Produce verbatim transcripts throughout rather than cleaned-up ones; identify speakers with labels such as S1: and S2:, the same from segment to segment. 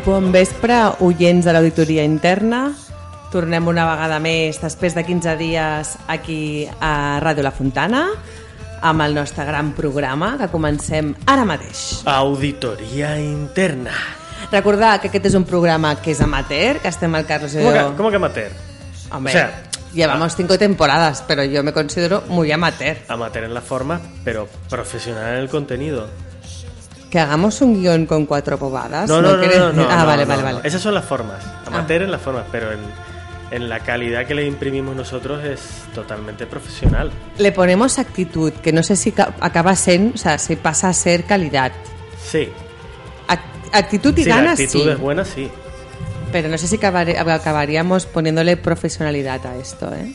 S1: Bon vespre, oients de l'Auditoria Interna. Tornem una vegada més, després de quinze dies, aquí a Ràdio La Fontana, amb el nostre gran programa, que comencem ara mateix.
S2: Auditoria Interna.
S1: Recordar que aquest és un programa que és amateur, que estem al Carlos y
S2: ¿Cómo
S1: yo...
S2: que, ¿Cómo que amateur?
S1: Hombre,
S2: o sea,
S1: llevamos cinco temporadas, pero yo me considero muy amateur.
S2: Amateur en la forma, pero profesional en el contenido.
S1: ¿Que hagamos un guión con cuatro bobadas?
S2: No, no, no, no, no, no.
S1: Ah,
S2: no,
S1: vale,
S2: no,
S1: vale,
S2: no.
S1: vale.
S2: Esas son las formas. Amateur
S1: Ah.
S2: en las formas, pero en, en la calidad que le imprimimos nosotros es totalmente profesional.
S1: Le ponemos actitud, que no sé si ca- acaba siendo, o sea, si pasa a ser calidad.
S2: Sí.
S1: Act- actitud y
S2: Sí, la
S1: ganas,
S2: actitud
S1: sí.
S2: es buena, sí.
S1: Pero no sé si acabare- acabaríamos poniéndole profesionalidad a esto, ¿eh?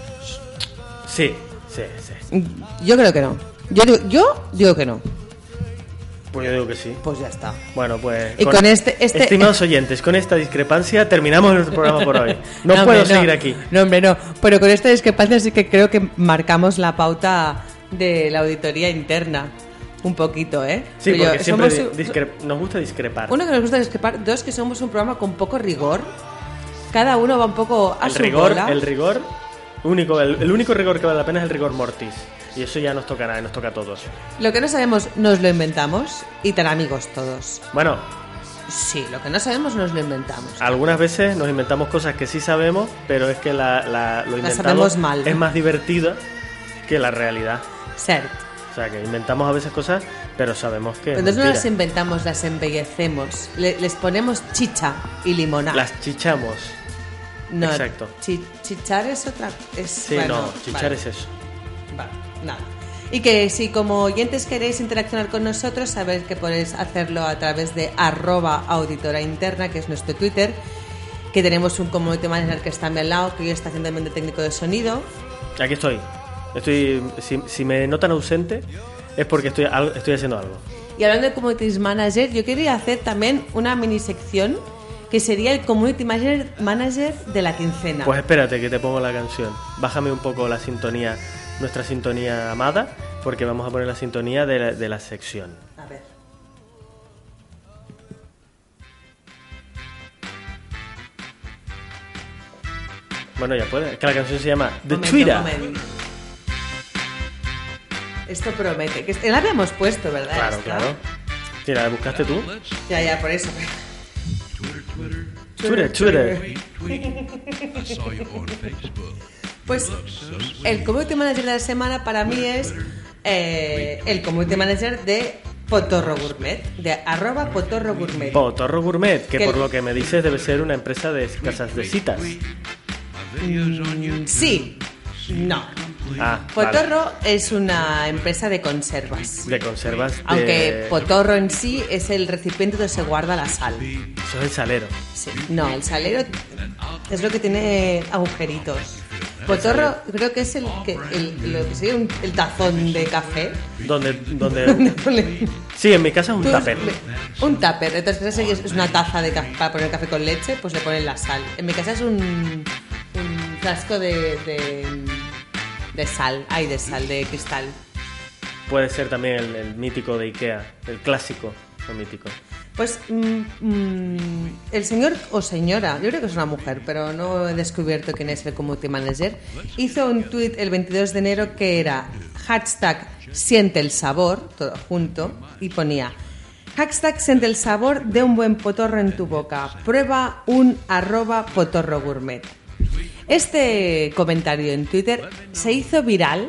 S2: Sí, sí, sí.
S1: Yo creo que no. Yo digo, yo digo que no.
S2: Pues yo digo que sí.
S1: Pues ya está.
S2: Bueno, pues...
S1: Y con este- este-
S2: Estimados oyentes, con esta discrepancia terminamos nuestro programa por hoy. No,
S1: No,
S2: puedo
S1: hombre,
S2: seguir
S1: no.
S2: aquí.
S1: No, hombre, no. Pero con esta discrepancia sí que creo que marcamos la pauta de la auditoría interna. Un poquito, ¿eh?
S2: Sí,
S1: Pero
S2: porque
S1: yo-
S2: siempre
S1: somos-
S2: discre- nos gusta discrepar.
S1: Uno, que nos gusta discrepar. Dos, que somos un programa con poco rigor. Cada uno va un poco a
S2: El
S1: su
S2: rigor,
S1: bola.
S2: el rigor único, el, el único rigor que vale la pena es el rigor mortis. Y eso ya nos tocará, nos toca a todos.
S1: Lo que no sabemos nos lo inventamos y tan amigos todos.
S2: Bueno,
S1: Sí, lo que no sabemos nos lo inventamos.
S2: algunas veces nos inventamos cosas que sí sabemos, pero es que la, la- lo inventado
S1: sabemos mal.
S2: es más divertida que la realidad.
S1: Cert.
S2: O sea, que inventamos a veces cosas, pero sabemos que es
S1: Entonces no las
S2: mentira.
S1: inventamos, las embellecemos. Le- les ponemos chicha y limonada.
S2: Las chichamos.
S1: No,
S2: exacto.
S1: chi- chichar es otra... Es,
S2: Sí,
S1: bueno,
S2: no, chichar
S1: vale.
S2: es eso.
S1: Vale, nada. Y que si como oyentes queréis interaccionar con nosotros, sabéis que podéis hacerlo a través de arroba auditora interna, que es nuestro Twitter, que tenemos un community manager que está a mi lado, que hoy está haciendo también de técnico de sonido.
S2: Aquí estoy. Estoy si, si me notan ausente es porque estoy, algo- estoy haciendo algo.
S1: Y hablando de community manager, yo quería hacer también una mini sección que sería el community manager, manager de la quincena.
S2: Pues espérate que te pongo la canción. Bájame un poco la sintonía, nuestra sintonía amada, porque vamos a poner la sintonía de la, de la sección.
S1: A ver.
S2: Bueno, ya puede. Es que la canción se llama The
S1: Momento,
S2: Twitter.
S1: momento. Esto promete. Que la habíamos puesto, ¿verdad?
S2: Claro,
S1: Esta?
S2: claro. Sí, la buscaste tú.
S1: Ya, ya, por eso.
S2: Twitter, Twitter.
S1: Pues el community manager de la semana para mí es eh, el community manager de Potorro Gourmet, de arroba Potorro Gourmet.
S2: Potorro Gourmet, que
S1: Que
S2: por
S1: el-
S2: lo que me dices debe ser una empresa de casas de citas.
S1: Mm, sí, no.
S2: Ah, vale.
S1: Potorro es una empresa de conservas.
S2: De conservas. de-
S1: Aunque Potorro en sí es el recipiente donde se guarda la sal.
S2: Eso es el salero.
S1: Sí. No, el salero es lo que tiene agujeritos. Potorro creo que es el que el, lo que sería un- el tazón de café.
S2: Donde, donde... Sí, en mi casa es un
S1: Tú-
S2: tupper.
S1: le- Un tupper. Entonces es es una taza de café para poner café con leche, pues le ponen la sal. En mi casa es un, un frasco de, de, de sal. Ay, de sal, de cristal.
S2: Puede ser también el, el mítico de Ikea, el clásico o mítico.
S1: Pues mm, mm, el señor o señora, yo creo que es una mujer, pero no he descubierto quién es el community manager, hizo un tuit el veintidós de enero que era hashtag siente el sabor, todo junto, y ponía hashtag siente el sabor de un buen potorro en tu boca, prueba un arroba potorro gourmet. Este comentario en Twitter se hizo viral,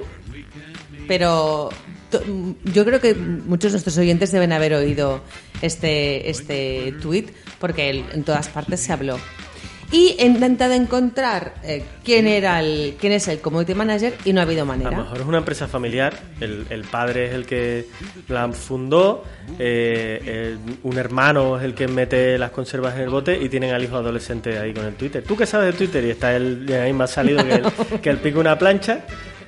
S1: pero to- yo creo que muchos de nuestros oyentes deben haber oído este, este tuit, porque el- en todas partes se habló. Y he intentado encontrar eh, quién era el quién es el community manager y no ha habido
S2: A lo
S1: manera.
S2: mejor es una empresa familiar, el, el padre es el que la fundó, eh, el- un hermano es el que mete las conservas en el bote y tienen al hijo adolescente ahí con el Twitter. ¿Tú qué sabes de Twitter? Y está él y ahí más salido que el, que el pico de una plancha.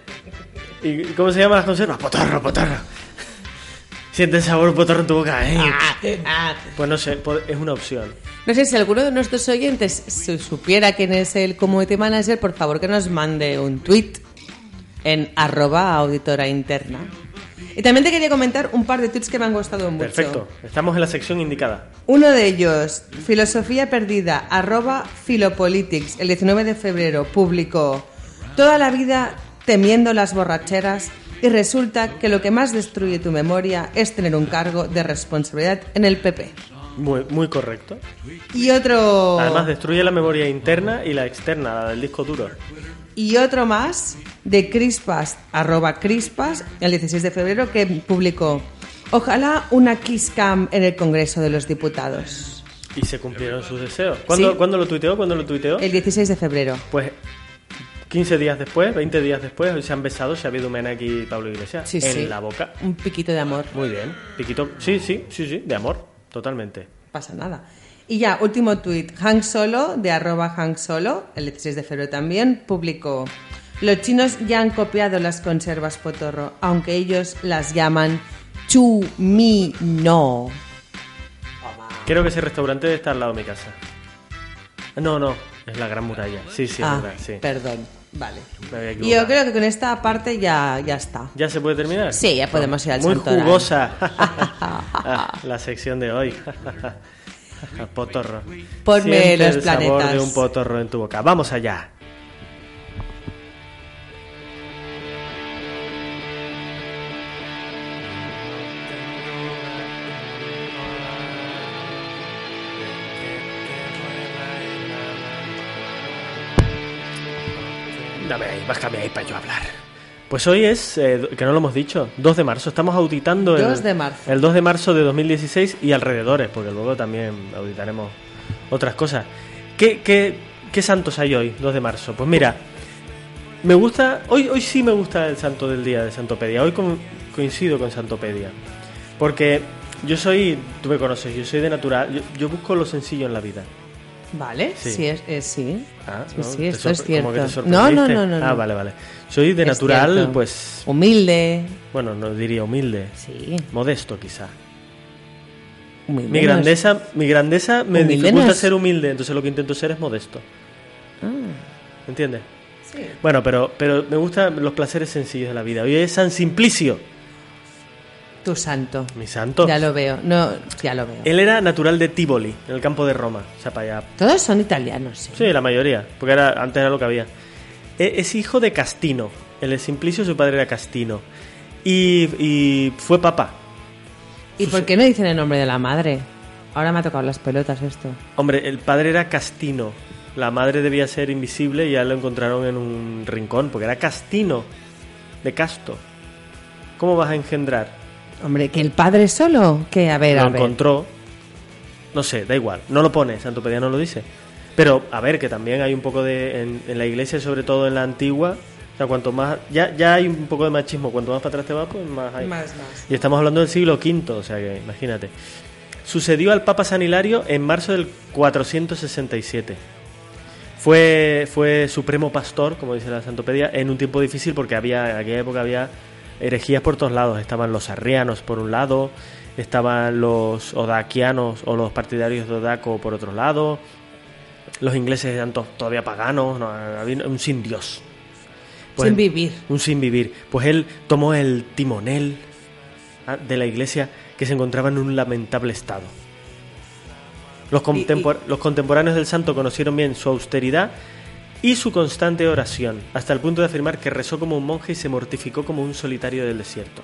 S2: ¿Y cómo se llaman las conservas? Potorro, potorro. Siente el sabor potorro en tu boca, ¿eh?
S1: Ah, ah.
S2: Pues no sé, po- es una opción.
S1: No sé si alguno de nuestros oyentes su- supiera quién es el community manager, por favor que nos mande un tweet en arroba auditora interna. Y también te quería comentar un par de tweets que me han gustado mucho.
S2: Perfecto, estamos en la sección indicada.
S1: Uno de ellos, Filosofía Perdida, arroba Filopolitics, el diecinueve de febrero, publicó: toda la vida temiendo las borracheras y resulta que lo que más destruye tu memoria es tener un cargo de responsabilidad en el P P.
S2: Muy, muy correcto.
S1: Y otro...
S2: Además destruye la memoria interna y la externa, la del disco duro.
S1: Y otro más de Crispas, arroba Crispas, el dieciséis de febrero, que publicó: ojalá una Kiss Cam en el Congreso de los Diputados.
S2: Y se cumplieron sus deseos. ¿Cuándo,
S1: ¿Sí?
S2: ¿cuándo lo tuiteó? ¿Cuándo lo tuiteó?
S1: El dieciséis de febrero.
S2: Pues quince días después, veinte días después, hoy se han besado Xavi Domènech y Pablo Iglesias.
S1: Sí,
S2: en
S1: sí.
S2: la boca.
S1: Un piquito de amor.
S2: Muy bien. Piquito. Sí, sí, sí, sí, de amor. Totalmente.
S1: Pasa nada. Y ya, último tuit. Hank Solo, de arroba Hank Solo, el dieciséis de febrero también, publicó: los chinos ya han copiado las conservas Potorro, aunque ellos las llaman chumino.
S2: Creo que ese restaurante está al lado de mi casa. No, no, es la Gran Muralla. Sí, sí, es
S1: Ah,
S2: verdad, sí.
S1: perdón. Vale.
S2: Me había
S1: Y
S2: equivocado.
S1: yo creo que con esta parte ya, ya está.
S2: ¿Ya se puede terminar?
S1: Sí, ya podemos ir al
S2: Muy
S1: Santoral.
S2: jugosa. Ah, la sección de hoy. Potorro.
S1: Ponme
S2: Siente
S1: los
S2: el sabor
S1: planetas.
S2: de un potorro en tu boca. Vamos allá. Dame ahí, bájame ahí para yo hablar. Pues hoy es, eh, que no lo hemos dicho, dos de marzo. Estamos auditando el
S1: dos de marzo.
S2: el dos de marzo de dos mil dieciséis y alrededores, porque luego también auditaremos otras cosas. ¿Qué, qué, qué santos hay hoy, dos de marzo? Pues mira, me gusta, hoy, hoy sí me gusta el santo del día de Santopedia. Hoy co- coincido con Santopedia. Porque yo soy, tú me conoces, yo soy de natural, yo, yo busco lo sencillo en la vida.
S1: Vale,
S2: Sí.
S1: sí, es, es- sí.
S2: Ah,
S1: Sí,
S2: ¿no?
S1: sí,
S2: ¿Te
S1: esto es
S2: sorpre- como que te
S1: cierto. No, no,
S2: sorprendiste?
S1: no, no, no.
S2: Ah, vale, vale. Soy de
S1: Es
S2: natural,
S1: cierto.
S2: pues,
S1: Humilde.
S2: bueno, no diría humilde,
S1: Sí.
S2: modesto quizá.
S1: Humilde
S2: Mi
S1: no es-
S2: grandeza, mi grandeza me
S1: Humilde
S2: dificulta
S1: no es-
S2: ser humilde, entonces lo que intento ser es modesto.
S1: Ah,
S2: ¿Entiendes?
S1: sí.
S2: Bueno, pero, pero me gustan los placeres sencillos de la vida. Hoy es San Simplicio,
S1: Tu santo.
S2: mi santo.
S1: Ya lo veo. No, ya lo veo.
S2: Él era natural de Tivoli, en el campo de Roma. O sea, para allá.
S1: Todos son italianos, sí.
S2: Sí, la mayoría, porque era, antes era lo que había. E- Es hijo de Castino. Él es Simplicio, su padre era Castino. Y, y fue papa.
S1: ¿Y por qué no dicen el nombre de la madre? Ahora me ha tocado las pelotas esto.
S2: Hombre, el padre era Castino. La madre debía ser invisible y ya lo encontraron en un rincón, porque era Castino, de Casto. ¿Cómo vas a engendrar?
S1: Hombre, que el padre solo. Que a ver,
S2: Lo
S1: a ver.
S2: encontró. No sé, da igual. No lo pone, Santopedia no lo dice. Pero, a ver, que también hay un poco de... En, en la iglesia, sobre todo en la antigua... O sea, cuanto más... Ya, ya hay un poco de machismo. Cuanto más para atrás te vas, pues más hay.
S1: Más, más.
S2: Y estamos hablando del siglo quinto, o sea que imagínate. Sucedió al Papa San Hilario en marzo del cuatrocientos sesenta y siete. Fue, fue supremo pastor, como dice la Santopedia, en un tiempo difícil porque había, en aquella época había herejías por todos lados. Estaban los arrianos por un lado, estaban los odaquianos o los partidarios de Odaco por otro lado, los ingleses eran to- todavía paganos, no, había un sin Dios. Pues,
S1: Sin vivir.
S2: Un sin vivir. Pues él tomó el timonel ah, de la iglesia que se encontraba en un lamentable estado. Los, contempor- los contemporáneos del santo conocieron bien su austeridad y su constante oración, hasta el punto de afirmar que rezó como un monje y se mortificó como un solitario del desierto.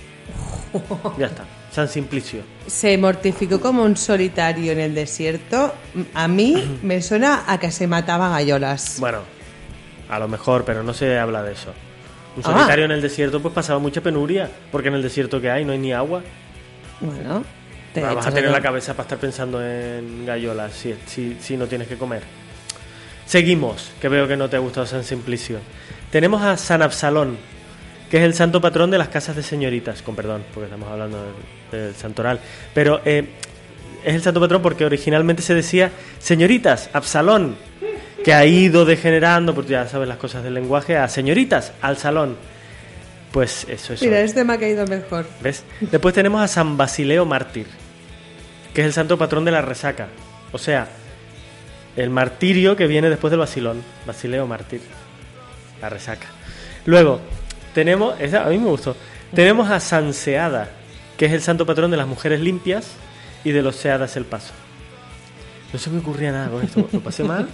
S2: Ya está, San Simplicio.
S1: Se mortificó como un solitario en el desierto. A mí me suena a que se mataba gallolas.
S2: Bueno, a lo mejor, pero no se habla de eso. Un
S1: Ah.
S2: solitario en el desierto pues pasaba mucha penuria, porque en el desierto que hay no hay ni agua.
S1: Bueno, te
S2: Vas a
S1: echas
S2: tener
S1: a-
S2: la cabeza para estar pensando en gallolas si, si, si no tienes que comer. Seguimos, que veo que no te ha gustado San Simplicio. Tenemos a San Absalón, que es el santo patrón de las casas de señoritas, con perdón, porque estamos hablando del, del santoral. Pero eh, es el santo patrón porque originalmente se decía señoritas, Absalón, que ha ido degenerando, porque ya sabes las cosas del lenguaje, a señoritas, al salón. Pues eso, eso.
S1: Mira, este me ha caído mejor.
S2: ¿Ves? Después tenemos a San Basileo Mártir, que es el santo patrón de la resaca. O sea, el martirio que viene después del Basilón. Basileo Mártir. La resaca. Luego, tenemos... Esa, a mí me gustó. Tenemos a San Seada, que es el santo patrón de las mujeres limpias y de los Seadas el Paso. No se me ocurría nada con esto, lo pasé mal.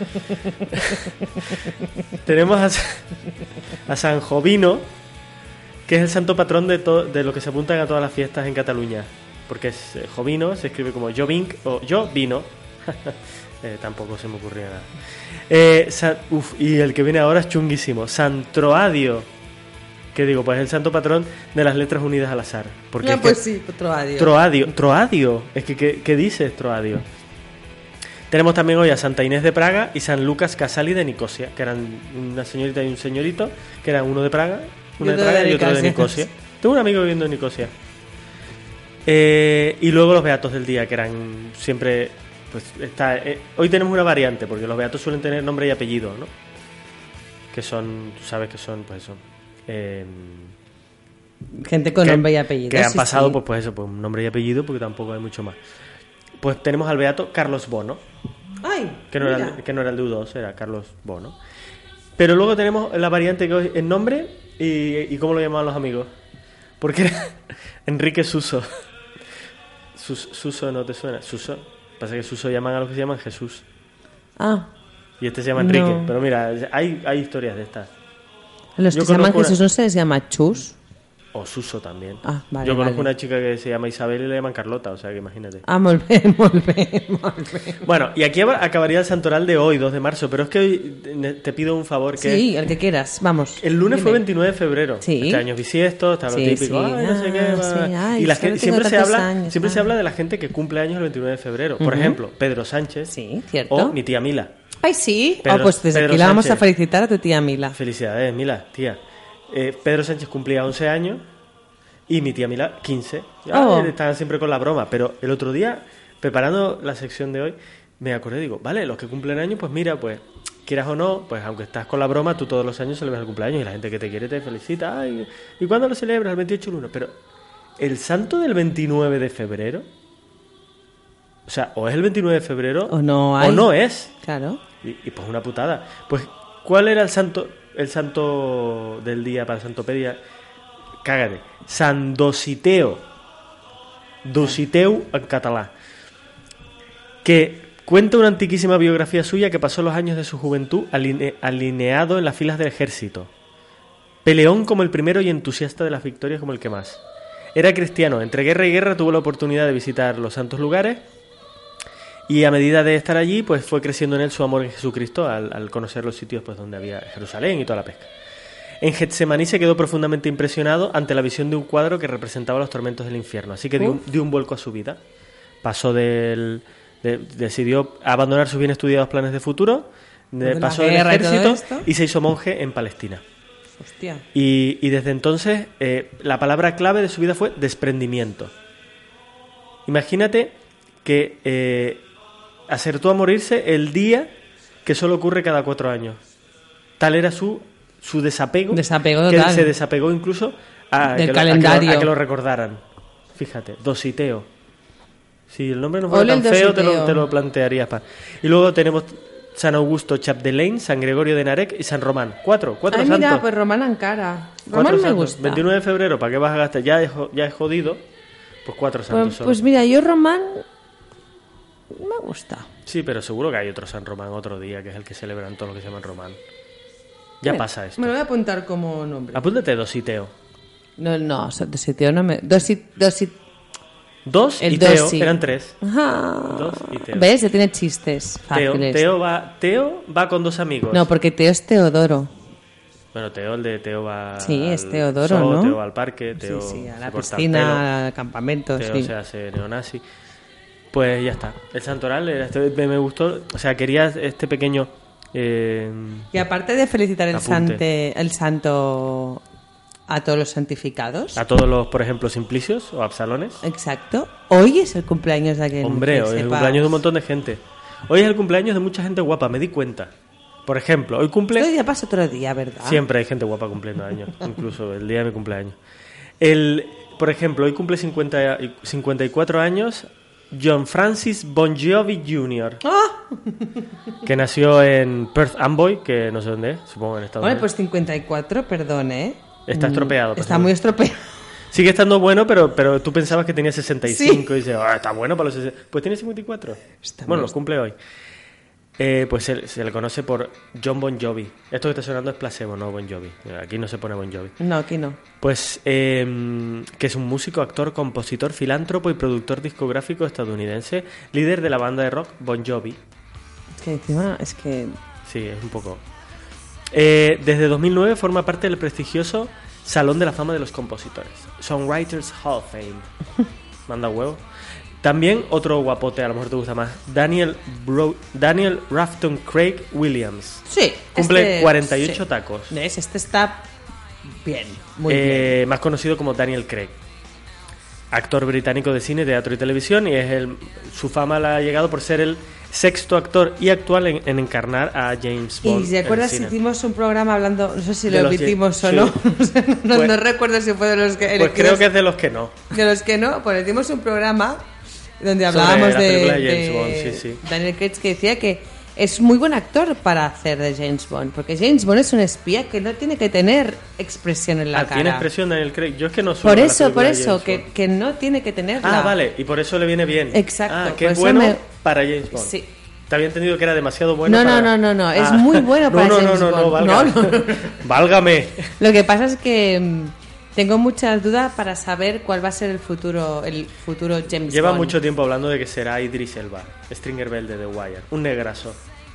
S2: Tenemos a, a San Jovino, que es el santo patrón de, to, de lo que se apuntan a todas las fiestas en Cataluña. Porque es eh, Jovino, se escribe como yo vinc o yo vino. eh, tampoco se me ocurría nada. Eh, San, uf, y el que viene ahora es chunguísimo. San Troadio, que digo, pues es el santo patrón de las letras unidas al azar. Porque
S1: no,
S2: es
S1: pues
S2: que,
S1: sí, Troadio.
S2: Troadio, Troadio. Es que, ¿qué, qué dices, Troadio? Tenemos también hoy a Santa Inés de Praga y San Lucas Casali de Nicosia, que eran una señorita y un señorito, que eran uno de Praga, uno de Praga y otro de Nicosia. Tengo un amigo viviendo en Nicosia. Eh, y luego los beatos del día, que eran siempre... pues está eh, hoy tenemos una variante, porque los beatos suelen tener nombre y apellido, ¿no? Que son, tú sabes que son, pues eso... Eh,
S1: gente con
S2: que,
S1: nombre y apellido.
S2: Que han
S1: sí,
S2: pasado,
S1: sí.
S2: pues, pues eso, pues un nombre y apellido, porque tampoco hay mucho más. Pues tenemos al beato Carlos Bono.
S1: Ay,
S2: que no, era el, que no era el de U dos, era Carlos Bono. Pero luego tenemos la variante que hoy es nombre y, y cómo lo llamaban los amigos. Porque era Enrique Suso. Sus, Suso, ¿no te suena? Suso. Pasa que Suso llaman a los que se llaman Jesús.
S1: Ah.
S2: Y este se llama Enrique.
S1: No.
S2: Pero mira, hay, hay historias de estas.
S1: A los
S2: Yo
S1: que se llaman
S2: conozco
S1: Jesús
S2: una-
S1: no se les llama Chus.
S2: O Suso también.
S1: Ah, vale,
S2: Yo conozco
S1: vale.
S2: una chica que se llama Isabel y le llaman Carlota, o sea que imagínate.
S1: Ah, molt bé, molt bé, molt bé.
S2: Bueno, y aquí acabaría el santoral de hoy, dos de marzo, pero es que hoy te pido un favor, que
S1: Sí, el que quieras, vamos.
S2: el lunes
S1: Dime.
S2: fue veintinueve de febrero.
S1: Sí.
S2: Este año es bisiesto, está lo
S1: Sí,
S2: típico,
S1: sí.
S2: ay, no sé qué.
S1: Ah,
S2: bla,
S1: sí,
S2: bla.
S1: ay,
S2: y la
S1: solo
S2: gente
S1: tengo
S2: siempre se
S1: tantos
S2: habla,
S1: años,
S2: siempre se
S1: ah.
S2: habla de la gente que cumple años el veintinueve de febrero. Por
S1: Ujú.
S2: ejemplo, Pedro Sánchez.
S1: Sí, cierto.
S2: O mi tía Mila.
S1: Ay, sí.
S2: Pedro-
S1: oh, pues desde
S2: Pedro
S1: aquí la vamos
S2: Sánchez.
S1: a felicitar a tu tía Mila.
S2: Felicidades, Mila, tía. Eh, Pedro Sánchez cumplía once años y mi tía Mila quince. Ya,
S1: Oh.
S2: estaban siempre con la broma, pero el otro día, preparando la sección de hoy, me acordé, digo, vale, los que cumplen años, pues mira, pues quieras o no, pues aunque estás con la broma, tú todos los años celebras el cumpleaños y la gente que te quiere te felicita. Ay, ¿y cuándo lo celebras? El veintiocho del uno. Pero el santo del veintinueve de febrero, o sea, o es el veintinueve de febrero
S1: O no hay.
S2: o no es.
S1: Claro.
S2: Y, y pues una putada. Pues, ¿cuál era el santo el santo del día para Santopedia? Cágate. San Dositeo. Dositeu en catalá. Que cuenta una antiquísima biografía suya que pasó los años de su juventud aline- alineado en las filas del ejército. Peleón como el primero y entusiasta de las victorias como el que más. Era cristiano. Entre guerra y guerra tuvo la oportunidad de visitar los santos lugares. Y a medida de estar allí, pues fue creciendo en él su amor en Jesucristo al, al conocer los sitios pues donde había Jerusalén y toda la pesca. En Getsemaní se quedó profundamente impresionado ante la visión de un cuadro que representaba los tormentos del infierno. Así que dio, un- dio un vuelco a su vida. Pasó del... de- decidió abandonar sus bien estudiados planes de futuro, de-
S1: De la
S2: pasó del
S1: guerra y todo
S2: ejército
S1: esto.
S2: y se hizo monje en Palestina.
S1: Hostia.
S2: Y, y desde entonces eh, la palabra clave de su vida fue desprendimiento. Imagínate que eh, acertó a morirse el día que solo ocurre cada cuatro años. Tal era su, su desapego,
S1: Desapego
S2: que
S1: total.
S2: se desapegó incluso a,
S1: Del
S2: que lo, a que lo-
S1: calendario.
S2: a que lo recordaran. Fíjate, Dositeo. Si el nombre no fuera
S1: Ole
S2: tan
S1: el
S2: feo, te lo,
S1: Dositeo.
S2: te lo plantearías. Pa. Y luego tenemos San Augusto Chapdelaine, San Gregorio de Narek y San Román. Cuatro, cuatro
S1: Ay,
S2: santos.
S1: mira, pues Román Encara.
S2: Cuatro
S1: Román me
S2: santos.
S1: gusta.
S2: veintinueve de febrero, ¿para qué vas a gastar? Ya es, jo- ya es jodido. Pues cuatro santos
S1: Pues,
S2: solo.
S1: pues mira, yo Román me gusta.
S2: Sí, pero seguro que hay otro San Román otro día, que es el que celebran todos los que se llaman Román. Ya
S1: Mira,
S2: pasa esto.
S1: Me lo voy a apuntar como nombre.
S2: Apúntate Dositeo.
S1: No, no, Dositeo no me... Dosi, dosi...
S2: Dos
S1: El
S2: y Teo,
S1: dosi.
S2: eran tres.
S1: Ajá.
S2: Dos y Teo.
S1: ¿Ves? Ya tiene chistes
S2: Teo,
S1: fáciles.
S2: Teo, va, Teo va con dos amigos.
S1: No, porque Teo es Teodoro.
S2: Bueno, Teo, el de Teo va
S1: Sí, es
S2: al
S1: Teodoro,
S2: zoo,
S1: ¿no?
S2: Teo va al parque, Teo
S1: Sí, sí, a
S2: se
S1: la
S2: corta el pelo,
S1: piscina, al campamento,
S2: Teo
S1: sí.
S2: se hace neonazi. Pues ya está. El santoral era este, me, me gustó. O sea, quería este pequeño... eh,
S1: Y aparte de felicitar el,
S2: Apunte.
S1: sante, el santo a todos los santificados,
S2: a todos los, por ejemplo, simplicios o absalones.
S1: exacto, hoy es el cumpleaños de aquel.
S2: Hombre,
S1: que
S2: hoy es el
S1: sepas.
S2: cumpleaños de un montón de gente. Hoy es el cumpleaños de mucha gente guapa, me di cuenta. Por ejemplo, hoy cumple...
S1: Esto ya pasa otro día, ¿verdad?
S2: Siempre hay gente guapa cumpliendo años, incluso el día de mi cumpleaños. El, por ejemplo, hoy cumple cincuenta, y- cincuenta y cuatro años John Francis Bon Jovi junior,
S1: ¡Ah!
S2: que nació en Perth Amboy, que no sé dónde es, supongo en Estados
S1: Bueno,
S2: Unidos.
S1: pues cincuenta y cuatro, perdón, ¿eh?
S2: Está estropeado.
S1: Está muy estropeado.
S2: Sigue estando bueno, pero, pero tú pensabas que tenía sesenta y cinco
S1: Sí.
S2: y dices, ah, está bueno para los sesenta. Pues tiene cincuenta y cuatro.
S1: Está
S2: Bueno,
S1: muy
S2: los cumple hoy. Eh, pues se, se le conoce por John Bon Jovi. Esto que está sonando es placebo, no Bon Jovi. Aquí no se pone Bon Jovi.
S1: No, aquí no.
S2: Pues eh, que es un músico, actor, compositor, filántropo y productor discográfico estadounidense, líder de la banda de rock Bon Jovi.
S1: Es que encima, es que...
S2: Sí, es un poco... Eh, desde dos mil nueve forma parte del prestigioso Salón de la Fama de los Compositores, Songwriters Hall of Fame. Manda huevo. También otro guapote, a lo mejor te gusta más, Daniel Bro- Daniel Rafton Craig Williams.
S1: Sí.
S2: Cumple
S1: este-
S2: cuarenta y ocho
S1: sí.
S2: tacos.
S1: ¿Ves? Este está bien, muy
S2: Eh,
S1: bien.
S2: Más conocido como Daniel Craig. Actor británico de cine, teatro y televisión, y es el, su fama la ha llegado por ser el sexto actor y actual en, en encarnar a James Bond.
S1: Y te acuerdas,
S2: en el cine.
S1: hicimos un programa hablando, no sé si
S2: De
S1: lo
S2: los
S1: emitimos
S2: James-
S1: o no,
S2: sí.
S1: no,
S2: Pues-
S1: no recuerdo si fue de los que
S2: Pues
S1: elegidos-
S2: creo que es de los que no.
S1: de los que no, pues hicimos un programa donde
S2: Sobre
S1: hablábamos
S2: la
S1: de,
S2: película de James
S1: de
S2: Bond, sí, sí.
S1: Daniel Craig, que decía que es muy buen actor para hacer de James Bond, porque James Bond es un espía que no tiene que tener expresión en la
S2: Ah,
S1: cara.
S2: tiene expresión Daniel Craig. Yo es que no suelo
S1: Por
S2: ver la
S1: eso, por
S2: película de
S1: eso,
S2: James
S1: que,
S2: Bond.
S1: que no tiene que tenerla.
S2: Ah, vale, y por eso le viene bien.
S1: Exacto,
S2: Ah,
S1: por
S2: qué
S1: eso
S2: bueno
S1: me-
S2: para James Bond.
S1: Sí.
S2: Te había entendido que era demasiado bueno
S1: No, no,
S2: para...
S1: no, no, no, es
S2: Ah.
S1: muy bueno para
S2: no, no,
S1: James
S2: no, no, no,
S1: Bond.
S2: válgame.
S1: No, no, no.
S2: Válgame.
S1: Lo que pasa es que mm, tengo muchas dudas para saber cuál va a ser el futuro, el futuro James
S2: Lleva
S1: Bond.
S2: mucho tiempo hablando de que será Idris Elba, Stringer Bell de The Wire, un negrazo.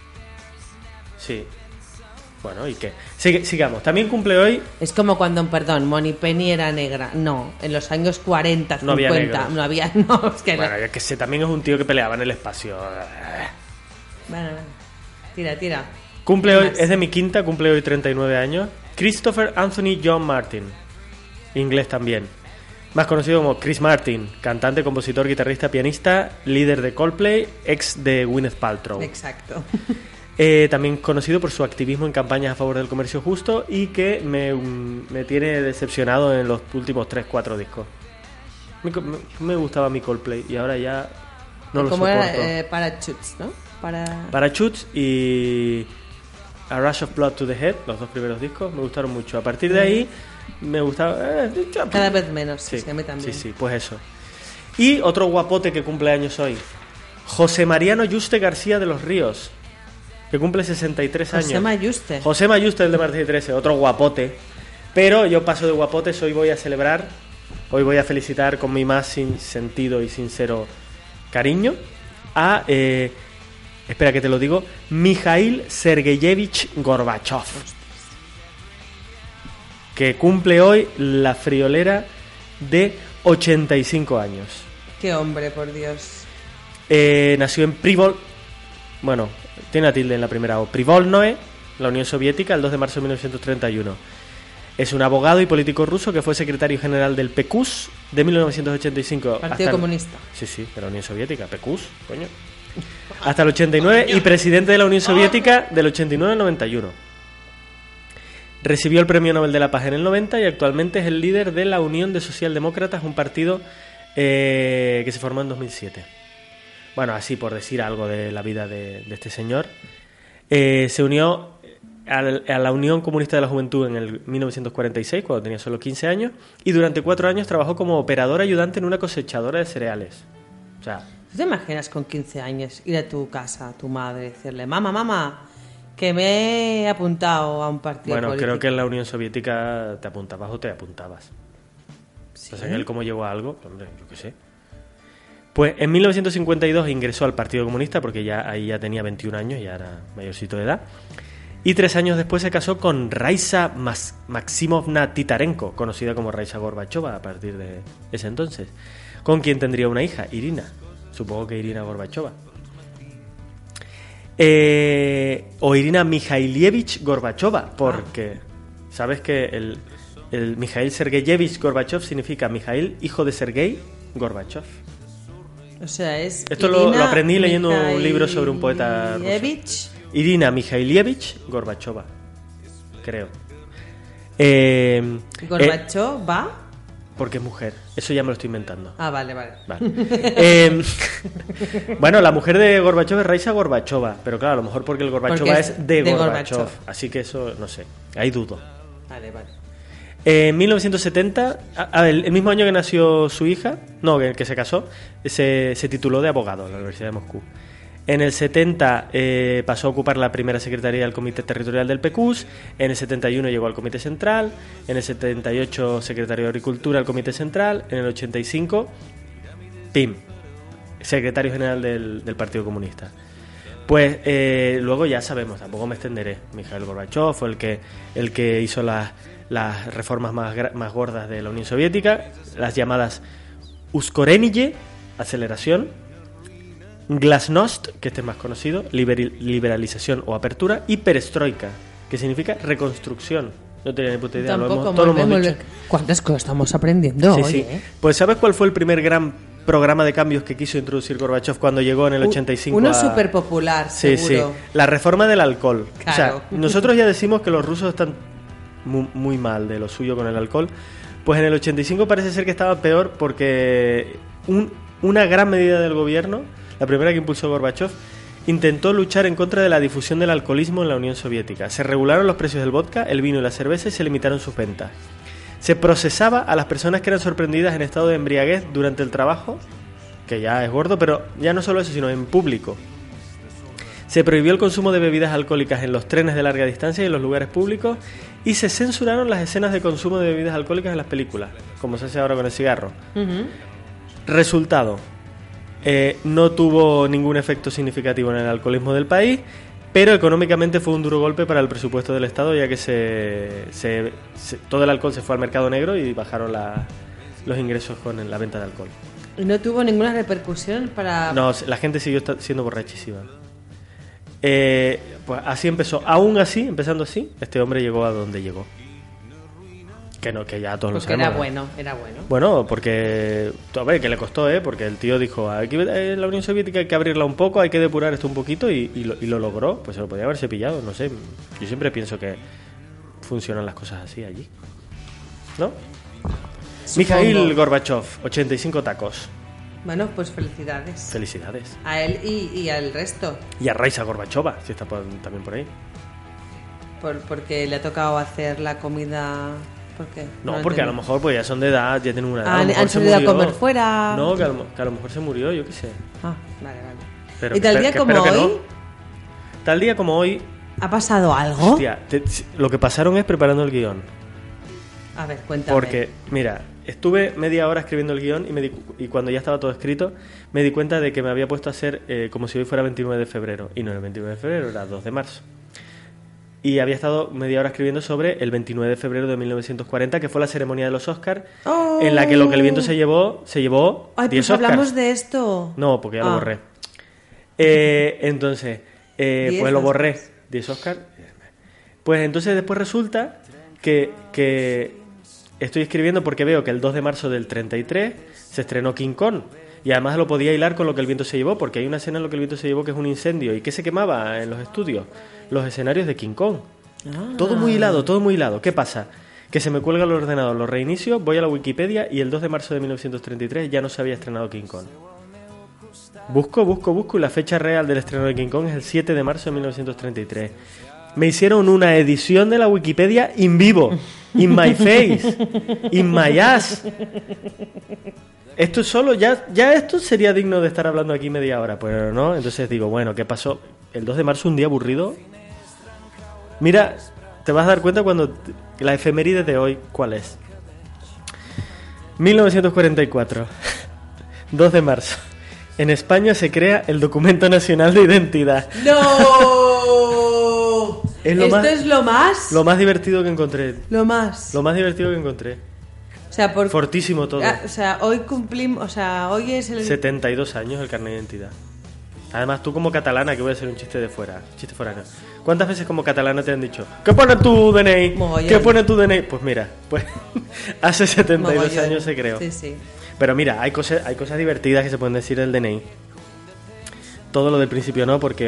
S2: Sí. Bueno, ¿y qué? Sigue- sigamos. También cumple hoy...
S1: Es como cuando, perdón, Moni Penny era negra. No, en los años cuarenta,
S2: No había
S1: cincuenta.
S2: negros.
S1: No había, no, es que
S2: Bueno,
S1: no.
S2: yo que sé, también es un tío que peleaba en el espacio.
S1: Bueno, bueno. Tira, tira.
S2: Cumple
S1: ¿Qué
S2: hoy,
S1: más?
S2: es de mi quinta, cumple hoy treinta y nueve años. Christopher Anthony John Martin, inglés también. Más conocido como Chris Martin, cantante, compositor, guitarrista, pianista, líder de Coldplay, ex de Gwyneth Paltrow.
S1: Exacto.
S2: Eh, también conocido por su activismo en campañas a favor del comercio justo y que me, mm, me tiene decepcionado en los últimos tres cuatro discos. Me, me- me gustaba mi Coldplay y ahora ya no lo
S1: Como
S2: soporto.
S1: era eh, Parachutes, ¿no? Para...
S2: Parachutes y A Rush of Blood to the Head, los dos primeros discos, me gustaron mucho. A partir de ahí me gustaba... eh, ya,
S1: Cada vez menos,
S2: sí,
S1: sí, a mí también.
S2: sí, sí, pues eso. Y otro guapote que cumple años hoy, José Mariano Yuste García de los Ríos, que cumple sesenta y tres años.
S1: José Mayuste.
S2: José Mayuste, el de Martes y trece, otro guapote. Pero yo paso de guapotes, hoy voy a celebrar, hoy voy a felicitar con mi más sin sentido y sincero cariño a, eh, espera que te lo digo, Mikhail Sergeyevich Gorbachev, que cumple hoy la friolera de ochenta y cinco años.
S1: Qué hombre, por Dios.
S2: Eh, nació en Privol, bueno, tiene una tilde en la primera O, Privolnoe, la Unión Soviética, el dos de marzo de mil novecientos treinta y uno. Es un abogado y político ruso que fue secretario general del P Q S de mil novecientos ochenta y cinco.
S1: Partido
S2: hasta-
S1: Comunista.
S2: Sí, sí, de la Unión Soviética, P Q S, coño. Hasta el ochenta y nueve y presidente de la Unión Soviética del ochenta y nueve al noventa y uno. Recibió el Premio Nobel de la Paz en el noventa y actualmente es el líder de la Unión de Socialdemócratas, un partido eh, que se formó en dos mil siete. Bueno, así por decir algo de la vida de, de este señor. Eh, se unió al- a la Unión Comunista de la Juventud en el mil novecientos cuarenta y seis, cuando tenía solo quince años, y durante cuatro años trabajó como operador ayudante en una cosechadora de cereales. O sea,
S1: ¿Tú te imaginas con quince años ir a tu casa, a tu madre, y decirle, mamá, mamá, que me he apuntado a un partido
S2: bueno,
S1: político?
S2: creo que en la Unión Soviética te apuntabas o te apuntabas.
S1: ¿Sí?
S2: Entonces, él cómo llegó a algo, hombre, yo qué sé. Pues en mil novecientos cincuenta y dos ingresó al Partido Comunista, porque ya ahí ya tenía veintiún años, ya era mayorcito de edad. Y tres años después se casó con Raisa Mas- Maximovna Titarenko, conocida como Raisa Gorbachova a partir de ese entonces, con quien tendría una hija, Irina. Supongo que Irina Gorbachova. Eh, o Irina Mikhailievich Gorbachova, porque sabes que el, el Mikhail Sergeyevich Gorbachev significa Mikhail, hijo de Sergei Gorbachev.
S1: O sea, es
S2: Esto lo-
S1: Irina
S2: lo aprendí leyendo un libro sobre un poeta ruso.
S1: Mikhailievich.
S2: Irina Mikhailievich Gorbachova, creo. Eh, eh,
S1: Gorbachev va.
S2: porque es mujer. Eso ya me lo estoy inventando.
S1: Ah, vale, vale.
S2: Vale. Eh, bueno, la mujer de Gorbachev es Raisa Gorbachova, pero claro, a lo mejor porque el Gorbachova
S1: Porque es
S2: es de,
S1: de
S2: Gorbachev.
S1: Gorbachev.
S2: Así que eso, no sé, ahí dudo.
S1: Vale, vale.
S2: En mil novecientos setenta, a, a ver, el mismo año que nació su hija, no, que, que se casó, se, se tituló de abogado en la Universidad de Moscú. En el setenta eh, pasó a ocupar la primera secretaría del Comité Territorial del P Q S, en el setenta y uno llegó al Comité Central, en el setenta y ocho secretario de Agricultura al Comité Central, en el ochenta y cinco, ¡pim!, secretario general del, del Partido Comunista. Pues eh, luego ya sabemos, tampoco me extenderé, Mikhail Gorbachev fue el que, el que hizo las, las reformas más, más gordas de la Unión Soviética, las llamadas Uskorenije, aceleración, Glasnost, que este es más conocido, liber- liberalización o apertura, y perestroika, que significa reconstrucción. No tenía ni puta idea.
S1: Tampoco,
S2: lo hemos, todo lo hemos dicho.
S1: ¿Cuántas cosas estamos aprendiendo
S2: sí,
S1: hoy?
S2: Sí.
S1: ¿eh?
S2: Pues ¿sabes cuál fue el primer gran programa de cambios que quiso introducir Gorbachev cuando llegó en el ochenta y cinco?
S1: Uno
S2: a...
S1: súper popular,
S2: sí,
S1: seguro.
S2: Sí, la reforma del alcohol.
S1: Claro.
S2: O sea, nosotros ya decimos que los rusos están muy, muy mal de lo suyo con el alcohol. Pues en el ochenta y cinco parece ser que estaba peor porque un, una gran medida del gobierno, la primera que impulsó Gorbachev, intentó luchar en contra de la difusión del alcoholismo en la Unión Soviética. Se regularon los precios del vodka, el vino y la cerveza y se limitaron sus ventas. Se procesaba a las personas que eran sorprendidas en estado de embriaguez durante el trabajo, que ya es gordo, pero ya no solo eso, sino en público. Se prohibió el consumo de bebidas alcohólicas en los trenes de larga distancia y en los lugares públicos, y se censuraron las escenas de consumo de bebidas alcohólicas en las películas, como se hace ahora con el cigarro. Uh-huh. Resultado, eh, no tuvo ningún efecto significativo en el alcoholismo del país, pero económicamente fue un duro golpe para el presupuesto del Estado, ya que se, se, se, todo el alcohol se fue al mercado negro y bajaron la, los ingresos con la venta de alcohol.
S1: ¿Y no tuvo ninguna repercusión para...?
S2: No, la gente siguió siendo borrachísima. Eh, pues así empezó. Aún así, empezando así, este hombre llegó a donde llegó. Que no, que ya todos
S1: porque
S2: lo sabemos.
S1: Era bueno, era bueno.
S2: Bueno, porque... A ver, que le costó, ¿eh? Porque el tío dijo, aquí en la Unión Soviética hay que abrirla un poco, hay que depurar esto un poquito, y, y, lo, y lo logró. Pues se lo podía haberse pillado, no sé. Yo siempre pienso que funcionan las cosas así allí, ¿no? Supongo. Mikhail Gorbachev, ochenta y cinco tacos.
S1: Bueno, pues felicidades.
S2: Felicidades.
S1: A él y, y al resto.
S2: Y a Raisa Gorbachova, si está por, también por ahí.
S1: Por, porque le ha tocado hacer la comida... ¿Por qué?
S2: No,
S1: no
S2: porque a lo mejor pues ya son de edad, ya tienen una edad.
S1: Han, han salido a comer fuera.
S2: No, que a, lo, que a lo mejor se murió, yo qué sé.
S1: Ah, vale, vale.
S2: Pero
S1: ¿Y tal día como hoy? No.
S2: Tal día como hoy...
S1: ¿Ha pasado algo?
S2: Hostia, te, lo que pasaron es preparando el guión.
S1: A ver, cuéntame.
S2: Porque, mira, estuve media hora escribiendo el guión y, me di, y cuando ya estaba todo escrito, me di cuenta de que me había puesto a hacer eh, como si hoy fuera veintinueve de febrero. Y no era el veintinueve de febrero, era dos de marzo. Y había estado media hora escribiendo sobre el veintinueve de febrero de mil novecientos cuarenta, que fue la ceremonia de los Oscars, oh. en la que Lo que el viento se llevó, se llevó
S1: Ay,
S2: diez
S1: pues
S2: Oscars.
S1: Hablamos de esto.
S2: No, porque ya
S1: ah.
S2: lo borré. Eh, entonces, eh, pues lo borré. diez Oscars. Pues entonces después resulta que, que estoy escribiendo porque veo que el dos de marzo del treinta y tres se estrenó King Kong. Y además lo podía hilar con Lo que el viento se llevó, porque hay una escena en Lo que el viento se llevó que es un incendio. ¿Y qué se quemaba en los estudios? Los escenarios de King Kong. Ah. Todo muy hilado, todo muy hilado. ¿Qué pasa? Que se me cuelga el ordenador, lo reinicio, voy a la Wikipedia y el dos de marzo de mil novecientos treinta y tres ya no se había estrenado King Kong. Busco, busco, busco y la fecha real del estreno de King Kong es el siete de marzo de mil novecientos treinta y tres. Me hicieron una edición de la Wikipedia in vivo, in my face, in my ass. Esto solo, ya, ya esto sería digno de estar hablando aquí media hora, pero no. Entonces digo, bueno, ¿qué pasó? El dos de marzo, un día aburrido. Mira, te vas a dar cuenta cuando la efeméride de hoy, ¿cuál es? mil novecientos cuarenta y cuatro, dos de marzo. En España se crea el Documento Nacional de Identidad.
S1: ¡No!
S2: Es lo
S1: ¿Esto
S2: más,
S1: es lo más?
S2: Lo más divertido que encontré.
S1: Lo más.
S2: Lo más divertido que encontré.
S1: O sea, por...
S2: Fortísimo todo.
S1: O sea, hoy cumplimos... O sea, hoy es el...
S2: setenta y dos años el carnet de identidad. Además, tú como catalana, que voy a hacer un chiste de fuera, chiste foráneo. ¿Cuántas veces como catalana te han dicho, ¿qué pone tu D N I?
S1: Mogollón.
S2: ¿Qué pone tu D N I? Pues mira, pues hace setenta y dos
S1: Mogollón.
S2: años se creó.
S1: Sí, sí.
S2: Pero mira, hay cosas, hay cosas divertidas que se pueden decir del D N I. Todo lo del principio no, porque...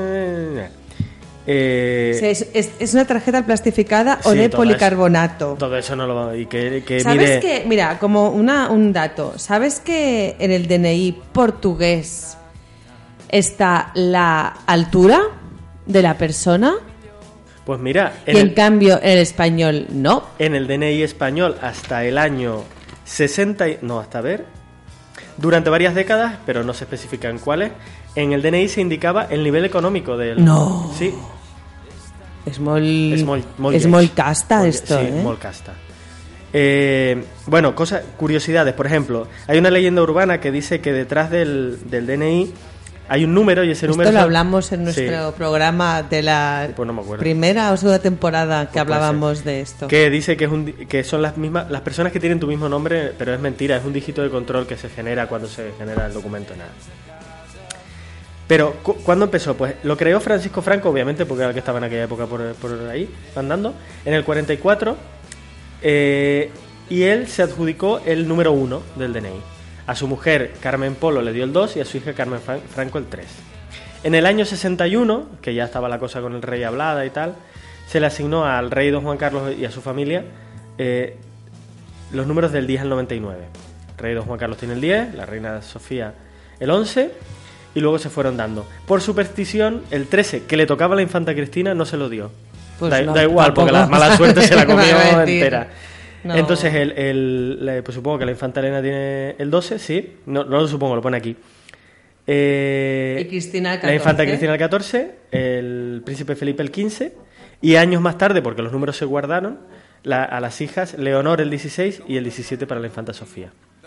S2: Eh,
S1: sí, es, es, es una tarjeta plastificada o
S2: sí,
S1: de
S2: todo
S1: policarbonato.
S2: Eso, todo eso no lo va... Y que, que
S1: ¿Sabes
S2: mire...
S1: que, mira, como una, un dato, ¿sabes que en el D N I portugués está la altura de la persona?
S2: Pues mira...
S1: En y en el, cambio, en el español, no.
S2: En el D N I español, hasta el año sesenta... No, hasta ver... Durante varias décadas, pero no se especifican cuáles, en el D N I se indicaba el nivel económico del...
S1: No.
S2: Sí.
S1: Es muy...
S2: Es muy, muy
S1: es muy casta
S2: muy,
S1: esto,
S2: sí,
S1: ¿eh?
S2: muy casta. Eh, bueno, cosas, curiosidades. Por ejemplo, hay una leyenda urbana que dice que detrás del, del D N I hay un número y ese
S1: esto
S2: número...
S1: Esto lo
S2: son...
S1: hablamos en nuestro sí. programa de la
S2: pues no me acuerdo.
S1: primera o segunda temporada que
S2: pues
S1: hablábamos de esto.
S2: Que dice que, es un, que son las mismas las personas que tienen tu mismo nombre, pero es mentira, es un dígito de control que se genera cuando se genera el documento. Nada. Pero, cu- ¿cuándo empezó? Pues lo creó Francisco Franco, obviamente, porque era el que estaba en aquella época por, por ahí, andando, en el cuarenta y cuatro, eh, y él se adjudicó el número uno del D N I. A su mujer, Carmen Polo, le dio el dos y a su hija, Carmen Fran- Franco, el tres. En el año sesenta y uno, que ya estaba la cosa con el rey hablada y tal, se le asignó al rey don Juan Carlos y a su familia eh, los números del diez al noventa y nueve. El rey don Juan Carlos tiene el diez, la reina Sofía el once... y luego se fueron dando. Por superstición, el trece, que le tocaba a la infanta Cristina, no se lo dio. Pues da, no, da igual, tampoco. Porque la mala suerte se la comió entera. No. Entonces, el, el, pues supongo que la infanta Elena tiene el doce, sí. No, no lo supongo, lo pone aquí. Eh,
S1: y Cristina el catorce.
S2: La infanta Cristina el catorce, el príncipe Felipe el quince, y años más tarde, porque los números se guardaron, la, a las hijas Leonor el dieciséis y el diecisiete para la infanta Sofía.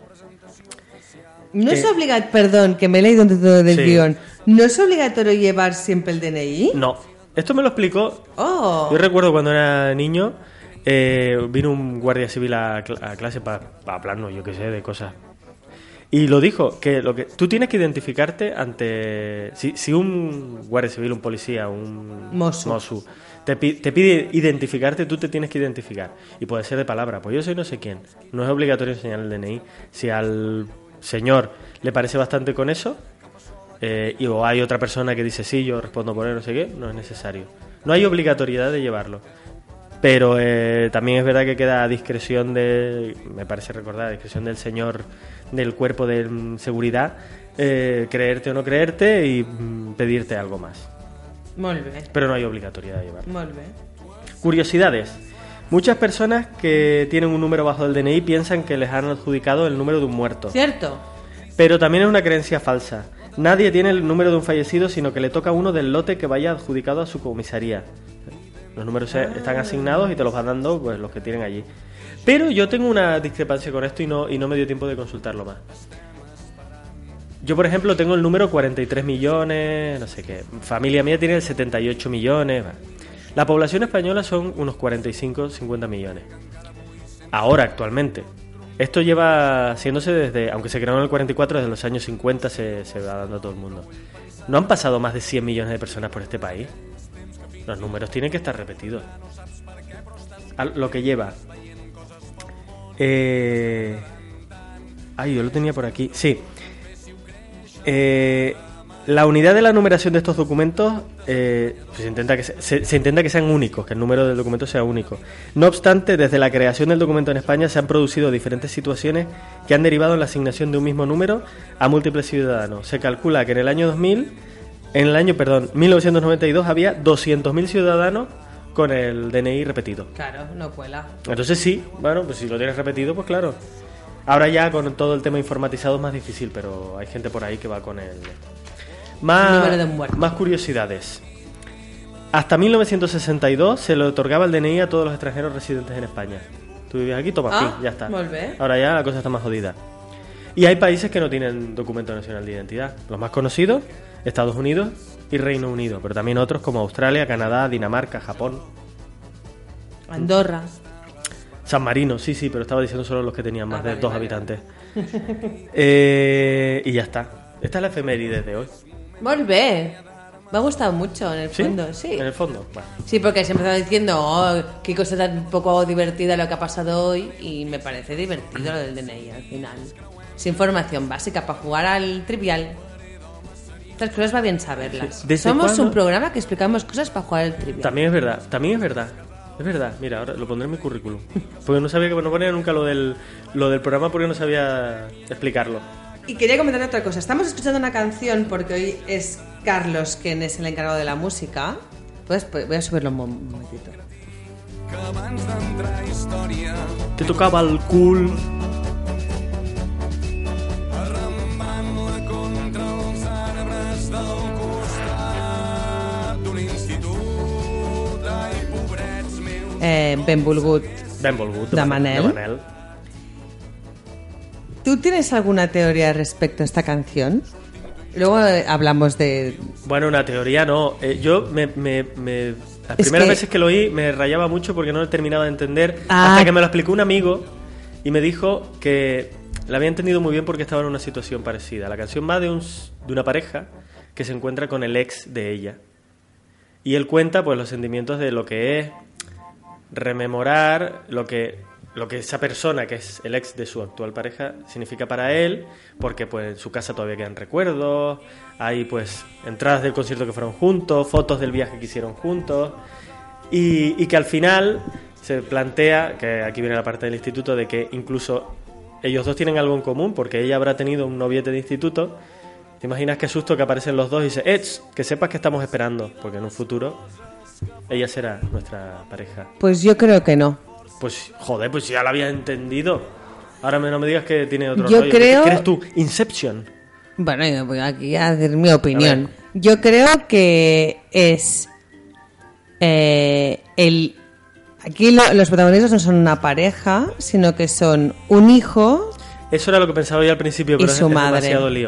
S1: No
S2: que...
S1: es obligatorio, perdón, que me he leído todo del
S2: sí.
S1: guión. ¿No es obligatorio llevar siempre el D N I?
S2: No. Esto me lo explicó.
S1: Oh.
S2: Yo recuerdo cuando era niño, eh, vino un guardia civil a, cl- a clase para pa hablarnos, yo qué sé, de cosas. Y lo dijo, que lo que tú tienes que identificarte ante... Si, si un guardia civil, un policía, un
S1: Mosu,
S2: Mosu te, pi- te pide identificarte, tú te tienes que identificar. Y puede ser de palabra, pues yo soy no sé quién. No es obligatorio enseñar el D N I. Si al señor le parece bastante con eso, eh, y o hay otra persona que dice sí, yo respondo por él, no sé qué, no es necesario. No hay obligatoriedad de llevarlo. Pero eh, también es verdad que queda a discreción de, me parece recordar, a discreción del señor del cuerpo de seguridad, eh, creerte o no creerte y mm, pedirte algo más.
S1: Molt bé.
S2: Pero no hay obligatoriedad de llevarlo.
S1: Molt bé.
S2: Curiosidades. Muchas personas que tienen un número bajo del D N I piensan que les han adjudicado el número de un muerto.
S1: Cierto.
S2: Pero también es una creencia falsa. Nadie tiene el número de un fallecido, sino que le toca a uno del lote que vaya adjudicado a su comisaría. Los números ah. están asignados y te los van dando pues los que tienen allí. Pero yo tengo una discrepancia con esto y no, y no me dio tiempo de consultarlo más. Yo, por ejemplo, tengo el número cuarenta y tres millones, no sé qué. Familia mía tiene el setenta y ocho millones. La población española son unos cuarenta y cinco, cincuenta millones. Ahora, actualmente. Esto lleva haciéndose desde, aunque se creó en el cuarenta y cuatro, desde los años cincuenta se, se va dando a todo el mundo. ¿No han pasado más de cien millones de personas por este país? Los números tienen que estar repetidos. A lo que lleva... Eh... Ay, yo lo tenía por aquí. Sí. Eh... La unidad de la numeración de estos documentos eh, se, intenta que se, se, se intenta que sean únicos, que el número del documento sea único. No obstante, desde la creación del documento en España se han producido diferentes situaciones que han derivado en la asignación de un mismo número a múltiples ciudadanos. Se calcula que en el año dos mil, en el año, perdón, mil novecientos noventa y dos había doscientos mil ciudadanos con el D N I repetido.
S1: Claro, no cuela.
S2: Entonces sí, bueno, pues si lo tienes repetido, pues claro. Ahora ya con todo el tema informatizado es más difícil, pero hay gente por ahí que va con el... Más, más curiosidades. Hasta mil novecientos sesenta y dos se le otorgaba el D N I a todos los extranjeros residentes en España. Tú vivías aquí, toma,
S1: ah,
S2: fin, ya está.
S1: Molt bé.
S2: Ahora ya la cosa está más jodida. Y hay países que no tienen documento nacional de identidad. Los más conocidos, Estados Unidos y Reino Unido, pero también otros como Australia, Canadá, Dinamarca, Japón.
S1: Andorra.
S2: San Marino, sí, sí, pero estaba diciendo solo los que tenían más ah, de vale, dos vale. habitantes. eh, y ya está. Esta es la efeméride de hoy.
S1: Molt bé. Me ha gustado mucho en el
S2: ¿Sí?
S1: fondo, sí.
S2: En el fondo, vale.
S1: Sí, porque se empezó diciendo, oh, qué cosa tan poco divertida lo que ha pasado hoy, y me parece divertido lo del D N I al final. Es información básica para jugar al trivial. Estas cosas va bien saberlas.
S2: Sí.
S1: Somos
S2: ¿cuándo?
S1: un programa que explicamos cosas para jugar al trivial.
S2: También es verdad, también es verdad. Es verdad, mira, ahora lo pondré en mi currículum. Porque no sabía que no ponía nunca lo del, lo del programa porque no sabía explicarlo.
S1: Y quería comentar otra cosa. Estamos escuchando una canción porque hoy es Carlos quien es el encargado de la música. Pues, pues voy a subirlo un mom- un momentito.
S2: Te tocaba el cul.
S1: Eh, Benvolgut.
S2: Benvolgut,
S1: De Manel.
S2: de Manel.
S1: ¿Tú tienes alguna teoría respecto a esta canción? Luego eh, hablamos de...
S2: Bueno, una teoría no. Eh, yo me, me, me- las
S1: Es
S2: primeras
S1: que-
S2: veces que lo oí me rayaba mucho porque no lo terminaba de entender
S1: Ah.
S2: hasta que me lo explicó un amigo y me dijo que la había entendido muy bien porque estaba en una situación parecida. La canción va de, un, s- de una pareja que se encuentra con el ex de ella y él cuenta pues los sentimientos de lo que es rememorar lo que lo que esa persona que es el ex de su actual pareja significa para él, porque pues en su casa todavía quedan recuerdos, hay pues entradas del concierto que fueron juntos, fotos del viaje que hicieron juntos y, y que al final se plantea, que aquí viene la parte del instituto, de que incluso ellos dos tienen algo en común porque ella habrá tenido un noviete de instituto. ¿Te imaginas qué susto que aparecen los dos y dice, eh, que sepas que estamos esperando, porque en un futuro ella será nuestra pareja?
S1: Pues yo creo que no.
S2: Pues, joder, pues ya lo había entendido. Ahora me- no me digas que tiene otro
S1: Yo
S2: rollo.
S1: creo-
S2: ¿Qué eres tú? Inception.
S1: Bueno, yo voy aquí a decir mi opinión.
S2: A ver.
S1: Yo creo que es eh, el aquí lo- los protagonistas no son una pareja, sino que son un hijo.
S2: Eso era lo que pensaba yo al principio,
S1: Y
S2: pero es,
S1: su
S2: es
S1: madre.
S2: demasiado lío.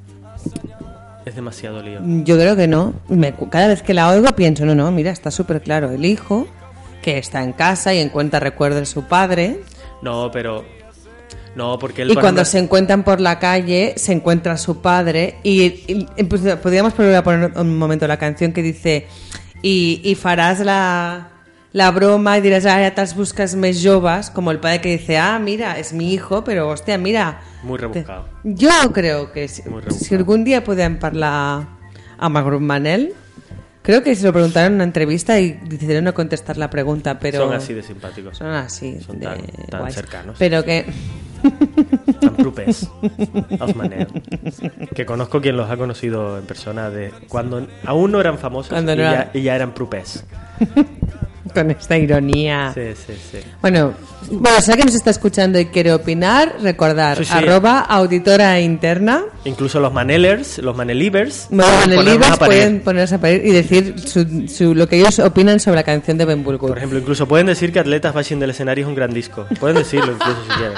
S2: Es demasiado lío.
S1: Yo creo que no. Me- cada vez que la oigo pienso, no, no, mira, está súper claro. El hijo que está en casa y encuentra recuerdos de su padre.
S2: No, pero... No, porque él...
S1: Y
S2: por
S1: cuando
S2: ejemplo-
S1: se encuentran por la calle, se encuentra su padre. Y, y- y, pues, podríamos volver a poner un momento la canción que dice: y, y farás la, la broma y dirás, ah, ya te buscas més joves, como el padre que dice, ah, mira, es mi hijo, pero hostia, mira.
S2: Muy rebuscado.
S1: Te- Jo creo que si,
S2: Muy rebuscado.
S1: si algún día podem parlar amb el grup Manel, creo que se lo preguntaron en una entrevista y decidieron no contestar la pregunta, pero...
S2: Son así de simpáticos.
S1: Son así,
S2: Son
S1: de
S2: tan- tan
S1: guays.
S2: cercanos.
S1: Pero que...
S2: Tan propers. Els Manel. Que conozco quien los ha conocido en persona de cuando aún no eran famosos
S1: Cuando
S2: y,
S1: no
S2: ya,
S1: era-
S2: y ya eran propers.
S1: Con esta ironía.
S2: Sí, sí, sí.
S1: Bueno, bueno, si alguien nos está escuchando y quiere opinar, recordar,
S2: Sí, sí.
S1: arroba auditora interna,
S2: Incluso los Manelers, los Manelivers,
S1: bueno,
S2: pueden
S1: en el
S2: ponernos
S1: libro
S2: a parir.
S1: pueden ponerse a parir y decir su, su- lo que ellos opinan sobre la canción de Benvolgut.
S2: Por ejemplo, incluso pueden decir que Atletas Bashing del escenario es un gran disco. Pueden decirlo incluso si quieren.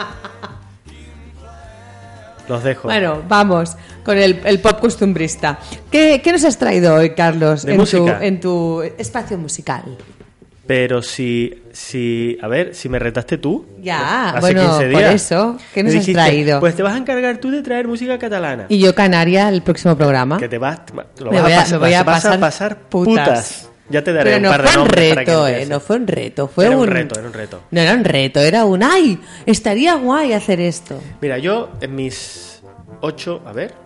S2: Los dejo.
S1: Bueno, vamos con el, el pop costumbrista. ¿Qué, qué nos has traído hoy, Carlos,
S2: De
S1: en tu,
S2: música.
S1: en tu espacio musical?
S2: Pero si, si, a ver, si me retaste tú.
S1: Ya,
S2: hace
S1: bueno,
S2: quince
S1: por
S2: días,
S1: eso, ¿qué nos
S2: me
S1: has
S2: dijiste,
S1: traído?
S2: Pues te vas a encargar tú de traer música catalana.
S1: Y yo Canaria el próximo programa.
S2: Que te vas, te va- te lo
S1: Me
S2: vas
S1: voy a-
S2: a pasar,
S1: me voy a
S2: vas
S1: pasar
S2: pasar
S1: putas.
S2: putas. Ya te daré
S1: Pero
S2: un
S1: no
S2: par de
S1: fue un
S2: nombres para que
S1: reto, eh,
S2: empieces.
S1: no fue un reto, fue
S2: Era un
S1: un...
S2: reto, era un reto.
S1: No era un reto, era un ¡ay! Estaría guay hacer esto.
S2: Mira, yo en mis ocho, a ver,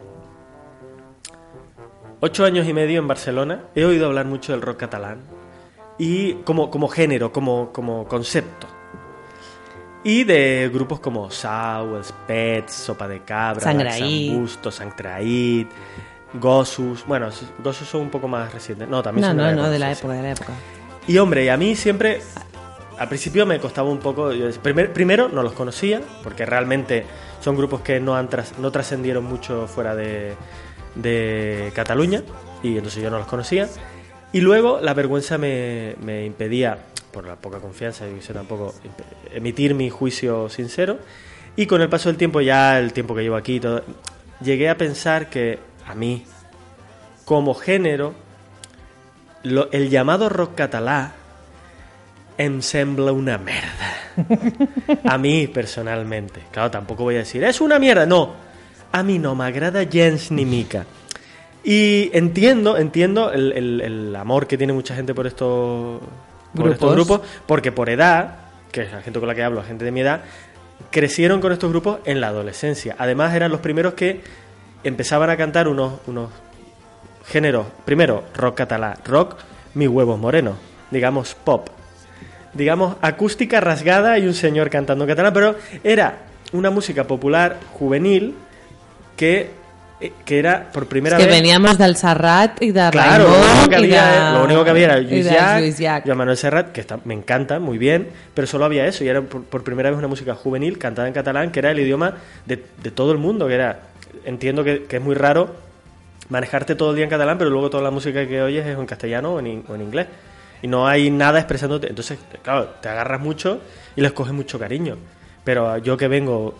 S2: ocho años y medio en Barcelona he oído hablar mucho del rock catalán y como, como género, como, como concepto. Y de grupos como Sau, Els Pets, Sopa de Cabra,
S1: Sangraït.
S2: San Busto, Sangraït, Gossus. Bueno, Gossus son un poco más recientes. No, también
S1: No,
S2: son
S1: no,
S2: de
S1: no, de
S2: sí,
S1: la
S2: sí.
S1: época, de la época.
S2: Y hombre, y a mí siempre, al principio me costaba un poco, yo decía, primer- primero no los conocía, porque realmente son grupos que no, han tras- no trascendieron mucho fuera de, de Cataluña, y entonces yo no los conocía. Y luego la vergüenza me, me impedía, por la poca confianza, y sé tampoco, imp- emitir mi juicio sincero. Y con el paso del tiempo, ya el tiempo que llevo aquí, y todo, llegué a pensar que a mí, como género, lo, el llamado rock català em sembla una merda. A mí, personalmente. Claro, tampoco voy a decir, es una mierda. No, a mí no m'agrada gens ni mica. Y entiendo, entiendo el, el, el amor que tiene mucha gente por estos, por estos
S1: Grupos.
S2: grupos, porque por edad, que es la gente con la que hablo, la gente de mi edad, crecieron con estos grupos en la adolescencia. Además, eran los primeros que empezaban a cantar unos, unos géneros. Primero, rock catalá, rock, mis huevos morenos, digamos pop, digamos acústica rasgada y un señor cantando en catalán, pero era una música popular juvenil que eh, que era por primera
S1: es que
S2: vez...
S1: Que veníamos del Serrat y de
S2: Claro,
S1: Raimon,
S2: lo único que había,
S1: de...
S2: lo único que había era Lluís Llach,
S1: Lluís Llach.
S2: Joan Manuel Serrat, que está, me encanta, muy bien, pero solo había eso, y era por, por primera vez una música juvenil cantada en catalán, que era el idioma de, de todo el mundo, que era... Entiendo que, que es muy raro manejarte todo el día en catalán, pero luego toda la música que oyes es en castellano o en, o en inglés. Y no hay nada expresándote. Entonces, claro, te agarras mucho y les coges mucho cariño. Pero yo que vengo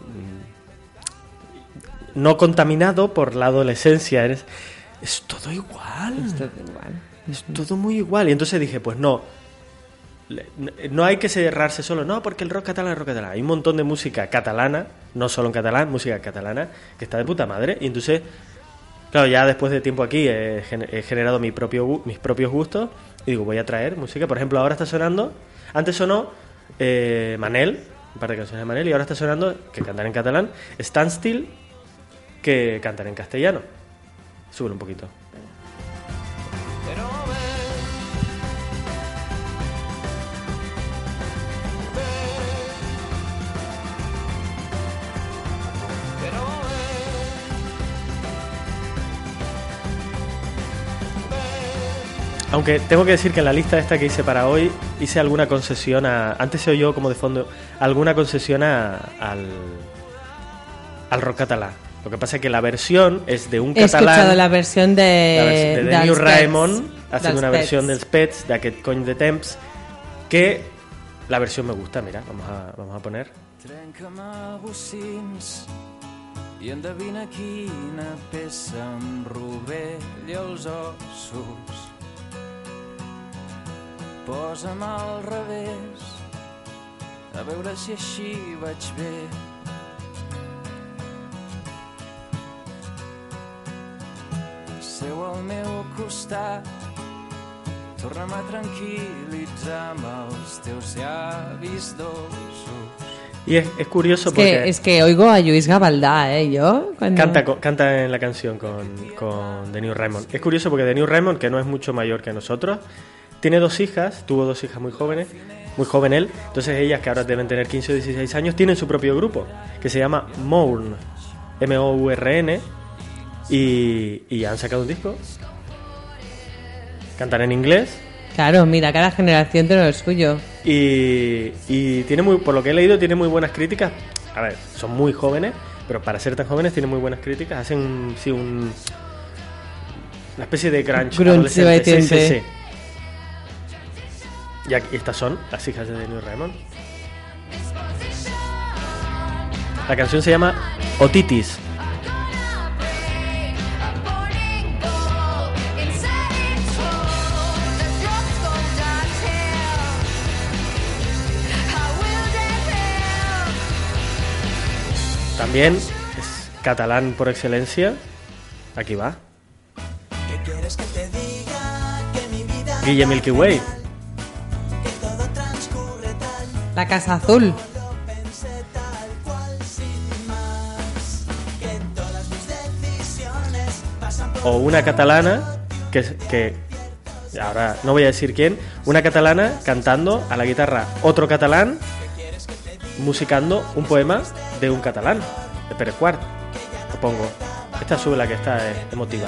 S2: mmm, no contaminado por la adolescencia, eres, es todo igual.
S1: Es todo igual.
S2: Es todo muy igual. Y entonces dije, pues no. No hay que cerrarse solo, no, porque el rock catalán es rock catalán. Hay un montón de música catalana, no solo en catalán, música catalana, que está de puta madre. Y entonces, claro, ya después de tiempo aquí he, he generado mi propio, mis propios gustos. Y digo, voy a traer música. Por ejemplo, ahora está sonando, antes sonó eh, Manel, un par de canciones de Manel, y ahora está sonando, que cantan en catalán, Standstill, que cantan en castellano. Súbelo un poquito. Aunque tengo que decir que en la lista esta que hice para hoy hice alguna concesión a... Antes se oyó como de fondo alguna concesión a, al, al rock catalán. Lo que pasa es que la versión es de un
S1: He
S2: catalán...
S1: He escuchado la versión de...
S2: La versión de, de Deniu Raimon haciendo una
S1: Pets.
S2: versión dels Pets, d'aquest cony de temps, que la versión me gusta, mira, vamos a, vamos a poner... Trenca'm a bocins i endevina quina peça em rovella els ossos. Posa'm al revés, a veure si així vaig bé. Seu al meu costat, torna'm a tranquil·litzar amb els teus llavis dolços. Y es, es curioso
S1: es
S2: porque...
S1: Que, es que oigo a Lluís Gavaldà, ¿eh? Yo, cuando...
S2: Canta, canta en la canción con, con Deniu Raimon. Es curioso porque Deniu Raimon, que no es mucho mayor que nosotros, tiene dos hijas, tuvo dos hijas muy jóvenes, muy joven él, entonces ellas, que ahora deben tener quince o dieciséis años, tienen su propio grupo, que se llama Mourn, M O U R N, y, y han sacado un disco, cantan en inglés.
S1: Claro, mira, cada generación tiene lo suyo.
S2: Y, y tiene muy, por lo que he leído, tiene muy buenas críticas. A ver, son muy jóvenes, pero para ser tan jóvenes tienen muy buenas críticas. Hacen, sí, un... una especie de grunge,
S1: grunge
S2: adolescente. Sí, sí, sí. Y aquí, estas son las hijas de Deniu Raimon. La canción se llama Otitis. También es catalán por excelencia. Aquí va. Guille Milky Way.
S1: La Casa Azul.
S2: O una catalana que, que ahora no voy a decir quién, una catalana cantando a la guitarra otro catalán musicando un poema de un catalán, de Pere Quart. Lo pongo. Esta sube la que está eh, emotiva.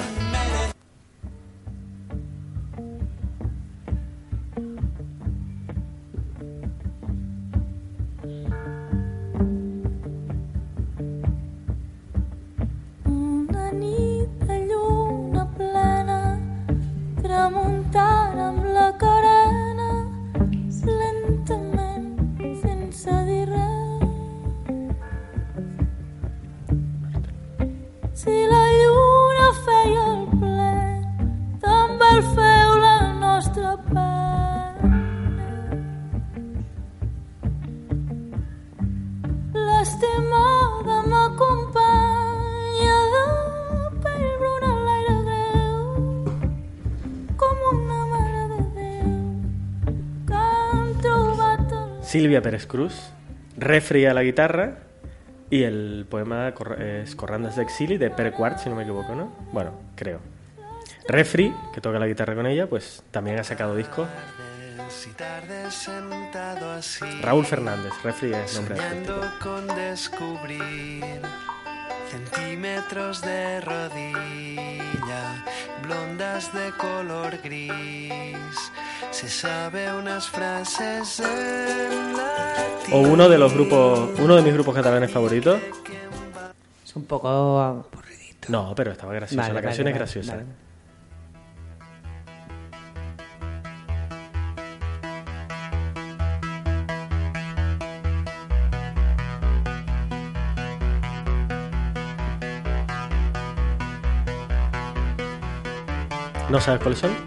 S3: Una nit de lluna plena, tramuntana amb la carena, lentament, sense dir res. Si la lluna feia el ple, també el feu la nostra pena. L'estimada m'acompanya de pell bruna a l'aire greu, com una mare de Déu que han trobat el...
S2: Sílvia Pérez Cruz, refri a la guitarra. Y el poema es Corrandas de Exili de Pere Quart, si no me equivoco, ¿no? Bueno, creo. Refri, que toca la guitarra con ella, pues también ha sacado disco. Raúl Fernández, Refri es nombre artístico.
S4: centímetros de rodilla, blondas de color gris. Se sabe unas frases en latín.
S2: O uno de los grupos, uno de mis grupos catalanes favoritos.
S1: Es un poco aburridito.
S2: No, pero estaba graciosa.
S1: Vale,
S2: la canción
S1: vale,
S2: es
S1: vale,
S2: graciosa.
S1: vale.
S2: ¿No sabes cuáles son?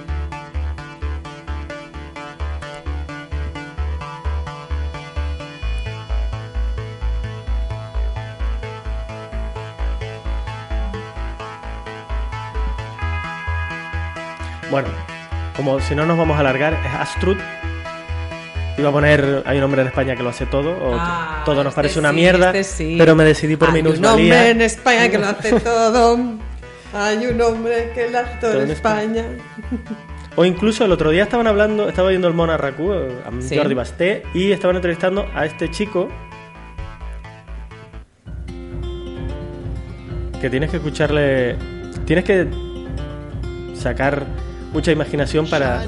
S2: Bueno, como si no nos vamos a alargar, es Astrud. Iba a poner, hay un hombre en España que lo hace todo, o
S1: Ah,
S2: todo nos
S1: este
S2: parece una
S1: sí,
S2: mierda,
S1: este sí.
S2: pero me decidí por
S1: Hay un
S2: minusvalía.
S1: hombre en España que lo hace todo. Hay un hombre que lo hace todo
S2: Todo
S1: en
S2: en
S1: España.
S2: O incluso el otro día estaban hablando, estaba viendo el Mona Racú, a
S1: Sí.
S2: Jordi Basté, y estaban entrevistando a este chico que tienes que escucharle, tienes que sacar mucha imaginación para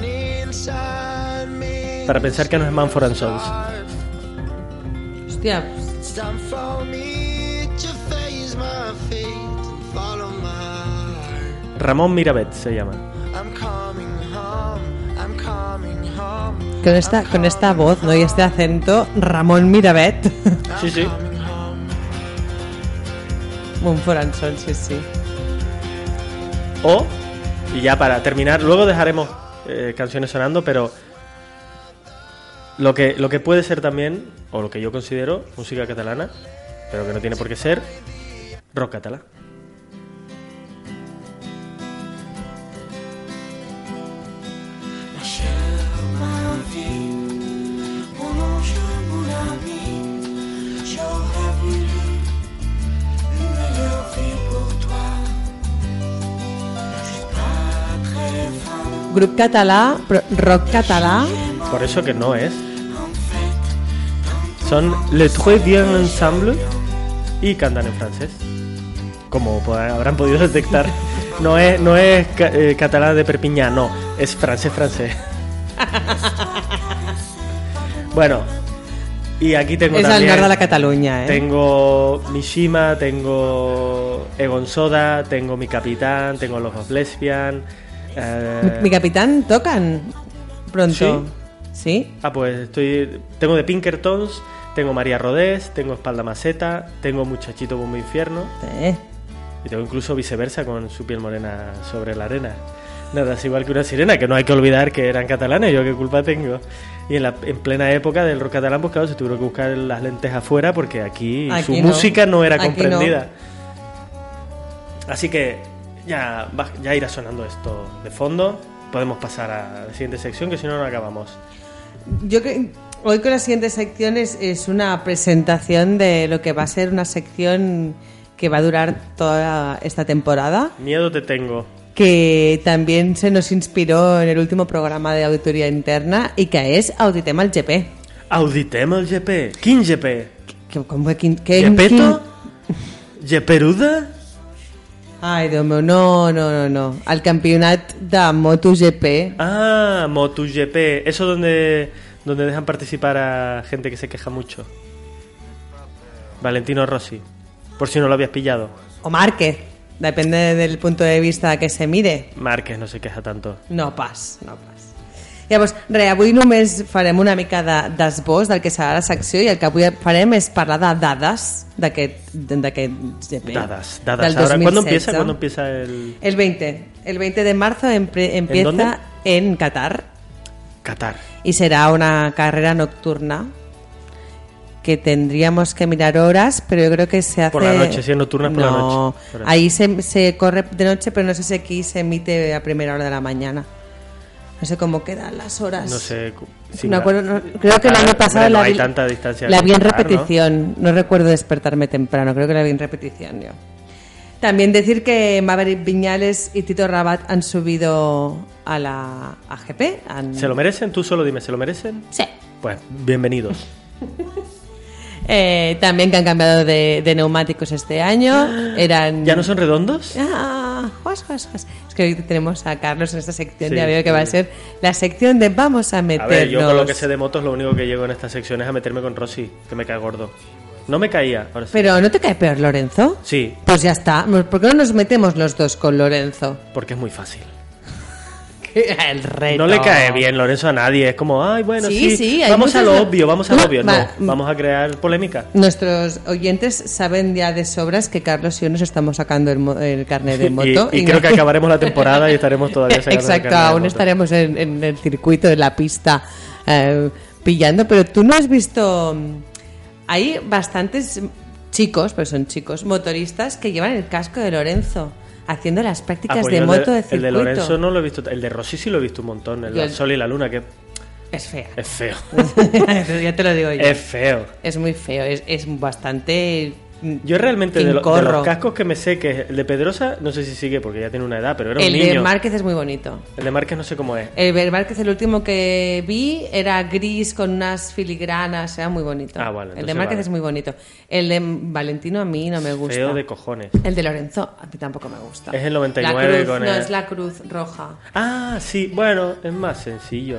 S2: para pensar que no es Mumford and Sons.
S1: Hostia,
S4: Stand for me to face my fate and follow my heart.
S2: Ramón Mirabet se llama.
S4: I'm coming home, I'm coming home.
S1: con esta, con esta voz, ¿no? Y este acento, Ramón Mirabet.
S2: Sí, sí.
S4: Coming home.
S1: Mumford and Sons, sí, sí.
S2: O, y ya para terminar, luego dejaremos eh, canciones sonando, pero lo que, lo que puede ser también, o lo que yo considero, música catalana, pero que no tiene por qué ser, rock catalán.
S1: Grup català, però rock català.
S2: Por eso que no es. Son Le Très Bien Ensemble y cantan en francés. Como po- habrán podido detectar. No es, no es ca- eh, catalán de Perpiñán, no. Es francés, francés. Bueno, y aquí tengo
S1: És el
S2: también...
S1: nord de la Catalunya, eh?
S2: Tengo Mishima, tengo Egon Soda, tengo Mi Capitán, tengo Love of Lesbian. eh,
S1: Mi capitán tocan pronto. ¿Sí?
S2: Ah, pues estoy. Tengo de Pinkertons, tengo María Rodés, tengo Espalda Maceta, tengo Muchachito Bombo Infierno
S1: Eh.
S2: y tengo incluso Viceversa con Su piel morena sobre la arena. Nada, es igual que una sirena, que no hay que olvidar que eran catalanes, yo qué culpa tengo. Y en, la, en plena época del rock catalán, pues claro, se tuvieron que buscar las lentes afuera porque aquí,
S1: Aquí
S2: su
S1: no.
S2: música no era
S1: Aquí
S2: comprendida. Así que ya, va- ya irá sonando esto de fondo. Podemos pasar a la siguiente sección, que si no, no acabamos.
S1: Yo que hoy con la siguiente sección es, es una presentación de lo que va a ser una sección que va a durar toda esta temporada,
S2: Miedo te tengo.
S1: que también se nos inspiró en el último programa de auditoría interna i que és Auditem el G P.
S2: Auditem el G P. Quin G P?
S1: Que, com, quin, que,
S2: Gepeto? Geperuda?
S1: Ai, Déu meu, no, no, no, no. El campionat de MotoGP.
S2: Ah, MotoGP. Eso donde, donde dejan participar a gente que se queja mucho. Valentino Rossi. Por si no lo habías pillado.
S1: O Márquez. Depende del punto de vista que se mire.
S2: Márquez no se queja tanto.
S1: No pas, no pas. Llavors, res, avui només farem una mica de- d'esbós del que serà la secció i el que avui farem és parlar de dades d'aquest d'aquest G P.
S2: Dadas, dadas.
S1: Del
S2: Ahora, ¿cuándo
S1: dos mil
S2: empieza?
S1: setze.
S2: ¿Cuándo empieza el
S1: El veinte. El veinte de marzo empre-
S2: dónde?
S1: empieza en Qatar
S2: Qatar?
S1: y será una carrera nocturna que tendríamos que mirar horas, pero yo creo que se hace...
S2: Por la noche, si es nocturna, por la
S1: No,
S2: noche. Por eso.
S1: ahí se, se corre de noche, pero no sé si aquí se emite a primera hora de la mañana. No sé cómo quedan las horas.
S2: No sé. cu- si
S1: No
S2: la-
S1: acuerdo, no- creo que el
S2: Qatar,
S1: año pasado
S2: hombre, no
S1: la
S2: hay
S1: vi,
S2: tanta distancia.
S1: la
S2: con
S1: vi en
S2: Qatar, ¿no?
S1: repetición. ¿no? recuerdo despertarme temprano, creo que la vi en repetición yo. También decir que Maverick Viñales y Tito Rabat han subido a la A G P. Han...
S2: ¿Se lo merecen? Tú solo dime, ¿se lo merecen?
S1: Sí.
S2: Pues bienvenidos.
S1: Eh, también que han cambiado de, de neumáticos este año. Eran...
S2: ¿Ya no son redondos?
S1: Ah, juas, juas, juas. Es que hoy tenemos a Carlos en esta sección.
S2: Sí,
S1: ya veo que
S2: sí.
S1: va a ser la sección de vamos a
S2: A
S1: meternos.
S2: ver, yo con lo que sé de motos, lo único que llego en esta sección es a meterme con Rosy, que me cae gordo. No me caía, ahora sí.
S1: Pero ¿no te cae peor Lorenzo?
S2: Sí,
S1: Pues ya está. ¿Por qué no nos metemos los dos con Lorenzo?
S2: porque es muy fácil.
S1: El reto.
S2: No le cae bien Lorenzo a nadie, es como, ay, bueno,
S1: Sí,
S2: sí,
S1: sí, hay
S2: vamos a
S1: muchos-
S2: lo obvio, vamos a lo obvio. No,
S1: Va, mm.
S2: vamos a crear polémica.
S1: Nuestros oyentes saben ya de sobras que Carlos y yo nos estamos sacando el, mo- el carnet de moto.
S2: Y, y creo que acabaremos la temporada y estaremos todavía sacando el
S1: Exacto,
S2: carnet de
S1: aún
S2: moto.
S1: estaremos en, en el circuito de la pista eh, pillando, pero tú no has visto... Hay bastantes chicos, pues son chicos, motoristas que llevan el casco de Lorenzo haciendo las
S2: Ah,
S1: prácticas
S2: pues
S1: de
S2: yo el
S1: moto de
S2: El
S1: circuito.
S2: de Lorenzo no lo he visto, el de Rossi sí lo he visto un montón, el
S1: Yo
S2: del
S1: el-
S2: Sol y la Luna, que
S1: Es fea.
S2: es feo.
S1: Ya te lo digo yo.
S2: Es feo.
S1: Es muy feo, es, es bastante...
S2: Yo realmente de, lo- de
S1: Quincorro.
S2: los cascos que me sé, que es el de Pedrosa, no sé si sigue porque ya tiene una edad, pero era un
S1: El
S2: niño.
S1: de Márquez es muy bonito.
S2: El de Márquez no sé cómo es.
S1: El de Márquez, el último que vi, era gris con unas filigranas, era muy bonito.
S2: Ah, bueno,
S1: el de
S2: entonces
S1: Márquez
S2: vale.
S1: es muy bonito. El de Valentino a mí no me gusta.
S2: Feo de cojones.
S1: El de Lorenzo a mí tampoco me gusta.
S2: Es el noventa y nueve
S1: la cruz,
S2: con
S1: no,
S2: el-
S1: es la cruz roja.
S2: Ah, sí, bueno, es más sencillo.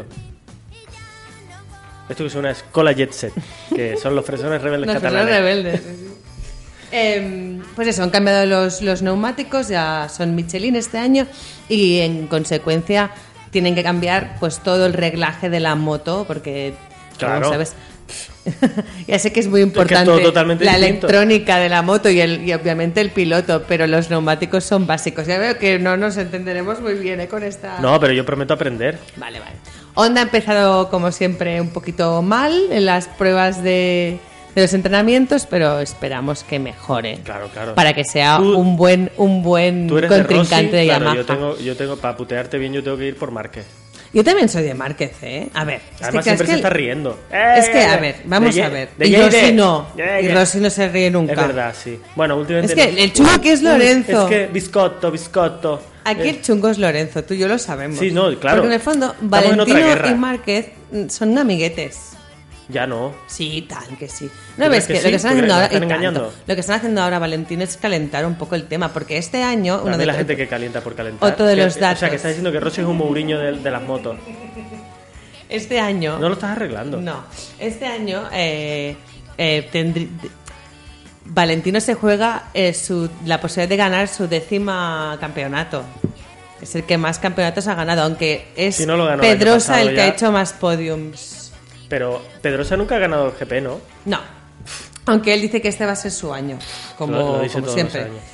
S2: Esto que es una escola jet set, que son los fresones rebeldes
S1: Los
S2: catalanes.
S1: personas rebeldes. sí, sí. Em, pues eso, han cambiado los, los neumáticos, ya son Michelin este año y en consecuencia tienen que cambiar pues todo el reglaje de la moto porque, como
S2: Claro.
S1: sabes, ya sé que es muy importante
S2: todo totalmente
S1: la
S2: distinto.
S1: electrónica de la moto y, el, y obviamente el piloto, pero los neumáticos son básicos. Ya veo que no nos entenderemos muy bien ¿eh? con esta...
S2: No, pero yo prometo aprender.
S1: Vale, vale. Honda ha empezado, como siempre, un poquito mal en las pruebas de, de los entrenamientos, pero esperamos que mejore.
S2: Claro, claro.
S1: Para que sea
S2: Tú-
S1: un buen un buen
S2: Tú eres
S1: contrincante
S2: de,
S1: de,
S2: Rossi, claro,
S1: Yamaha.
S2: yo tengo, yo tengo, para putearte bien, yo tengo que ir por Márquez.
S1: Yo también soy de Márquez, ¿eh? A ver. es
S2: Además
S1: que-
S2: siempre
S1: es
S2: se
S1: que-
S2: está riendo.
S1: Es que, a ver, vamos
S2: De
S1: a
S2: Ye-
S1: ver.
S2: de
S1: Y
S2: Ye-
S1: Rossi
S2: de-
S1: no.
S2: Ye-
S1: Y
S2: de-
S1: Rossi no se ríe nunca.
S2: Es verdad, sí. Bueno, últimamente...
S1: Es que
S2: no.
S1: el chungo aquí es
S2: Uy,
S1: Lorenzo.
S2: Es que biscotto, biscotto.
S1: Aquí
S2: Eh,
S1: el chungo es Lorenzo, tú y yo lo sabemos.
S2: Sí, no, claro.
S1: Porque en el fondo,
S2: Estamos en otra
S1: Valentino
S2: guerra.
S1: y Márquez mm, son amiguetes.
S2: Ya no.
S1: Sí, tan que sí.
S2: ¿Tú
S1: No ves
S2: crees que
S1: que,
S2: sí?
S1: lo que están
S2: ¿Tú
S1: haciendo
S2: crees?
S1: ahora
S2: ¿Me están
S1: y tanto.
S2: engañando?
S1: Lo que están haciendo ahora Valentín es calentar un poco el tema, porque este año uno
S2: A mí
S1: de
S2: la
S1: los-
S2: gente que calienta por calentar.
S1: Otro de
S2: Que-
S1: los
S2: O sea,
S1: datos.
S2: que está diciendo que Rossi es un Mourinho de, de las motos.
S1: este año
S2: No lo estás arreglando.
S1: no, este año eh, eh, tendrí- Valentino se juega eh, su, la posibilidad de ganar su décima campeonato. Es el que más campeonatos ha ganado, aunque es
S2: Si no lo ganó el año
S1: Pedrosa
S2: pasado
S1: el que ha
S2: ya.
S1: hecho más podiums.
S2: Pero Pedrosa nunca ha ganado el G P, ¿no?
S1: No, aunque él dice que este va a ser su año, como,
S2: Lo- lo dice
S1: como
S2: todos los
S1: siempre.
S2: años.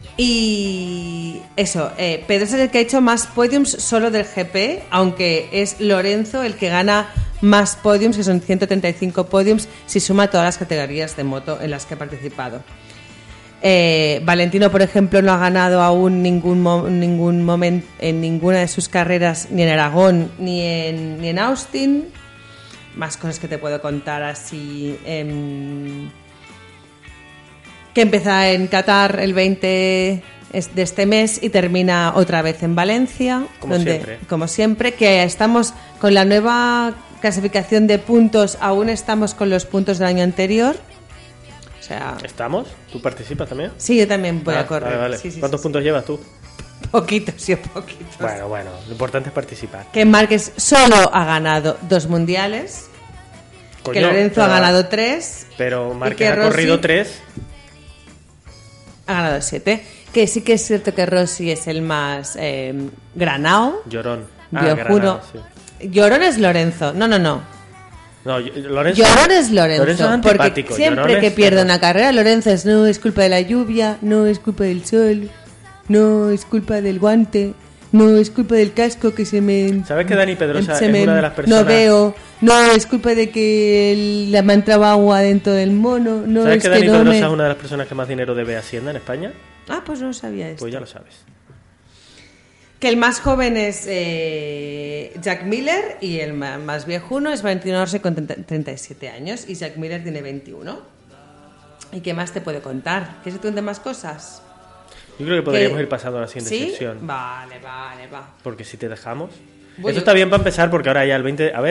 S1: Y eso, eh, Pedrosa es el que ha hecho más podiums solo del G P, aunque es Lorenzo el que gana más podiums, que son ciento treinta y cinco podiums, si suma todas las categorías de moto en las que ha participado. Eh, Valentino, por ejemplo, no ha ganado aún ningún, mo- ningún momento en ninguna de sus carreras, ni en Aragón ni en, ni en Austin. Más cosas que te puedo contar así. em, que empieza en Qatar el veinte es- de este mes y termina otra vez en Valencia.
S2: Como
S1: donde,
S2: siempre.
S1: Como siempre, que estamos con la nueva clasificación de puntos, aún estamos con los puntos del año anterior. O sea,
S2: ¿Estamos? ¿Tú participas también?
S1: sí, yo también voy
S2: Ah,
S1: a correr.
S2: Vale, vale.
S1: Sí, sí,
S2: ¿Cuántos
S1: sí,
S2: puntos llevas tú?
S1: sí. Poquitos, sí, poquitos.
S2: Bueno, bueno, lo importante es participar.
S1: Que Márquez solo ha ganado dos mundiales. que
S2: Coño,
S1: Lorenzo
S2: pero-
S1: ha ganado tres.
S2: Pero
S1: y
S2: Márquez
S1: que
S2: ha
S1: Rossi
S2: corrido tres.
S1: Ha ganado siete. Que sí que es cierto que Rossi es el más eh, granao.
S2: Llorón.
S1: Yo
S2: Granado,
S1: juro.
S2: sí.
S1: Llorón es Lorenzo. No, no, no.
S2: No, yo- Lorenzo,
S1: Llorón es Lorenzo.
S2: Lorenzo es
S1: porque
S2: antipático,
S1: siempre
S2: Llorón
S1: que
S2: es
S1: pierde
S2: perro.
S1: una carrera, Lorenzo es no es culpa de la lluvia, no es culpa del sol, no es culpa del guante, no es culpa del casco que se me.
S2: ¿Sabes que Dani Pedrosa
S1: se
S2: es
S1: me-
S2: una de las personas-
S1: No veo, no es culpa de que el- le me ha entrado agua dentro del mono, no
S2: ¿Sabes
S1: es
S2: que
S1: que
S2: Dani
S1: no
S2: Pedrosa
S1: me.
S2: es una de las personas que más dinero debe a Hacienda en España?
S1: Ah, pues no sabía esto.
S2: Pues ya lo sabes.
S1: Que el más joven es eh, Jack Miller y el ma- más viejuno es Valentino Rossi con treinta treinta y siete años y Jack Miller tiene veintiuno. ¿Y qué más te puedo contar? ¿Quieres que te cuente más cosas?
S2: Yo creo que podríamos
S1: ¿Qué?
S2: ir pasando a la siguiente
S1: ¿Sí?
S2: sección.
S1: Vale, vale, va.
S2: Porque si te dejamos.
S1: Voy
S2: Esto
S1: yo.
S2: está bien para empezar porque ahora ya el veinte. A ver,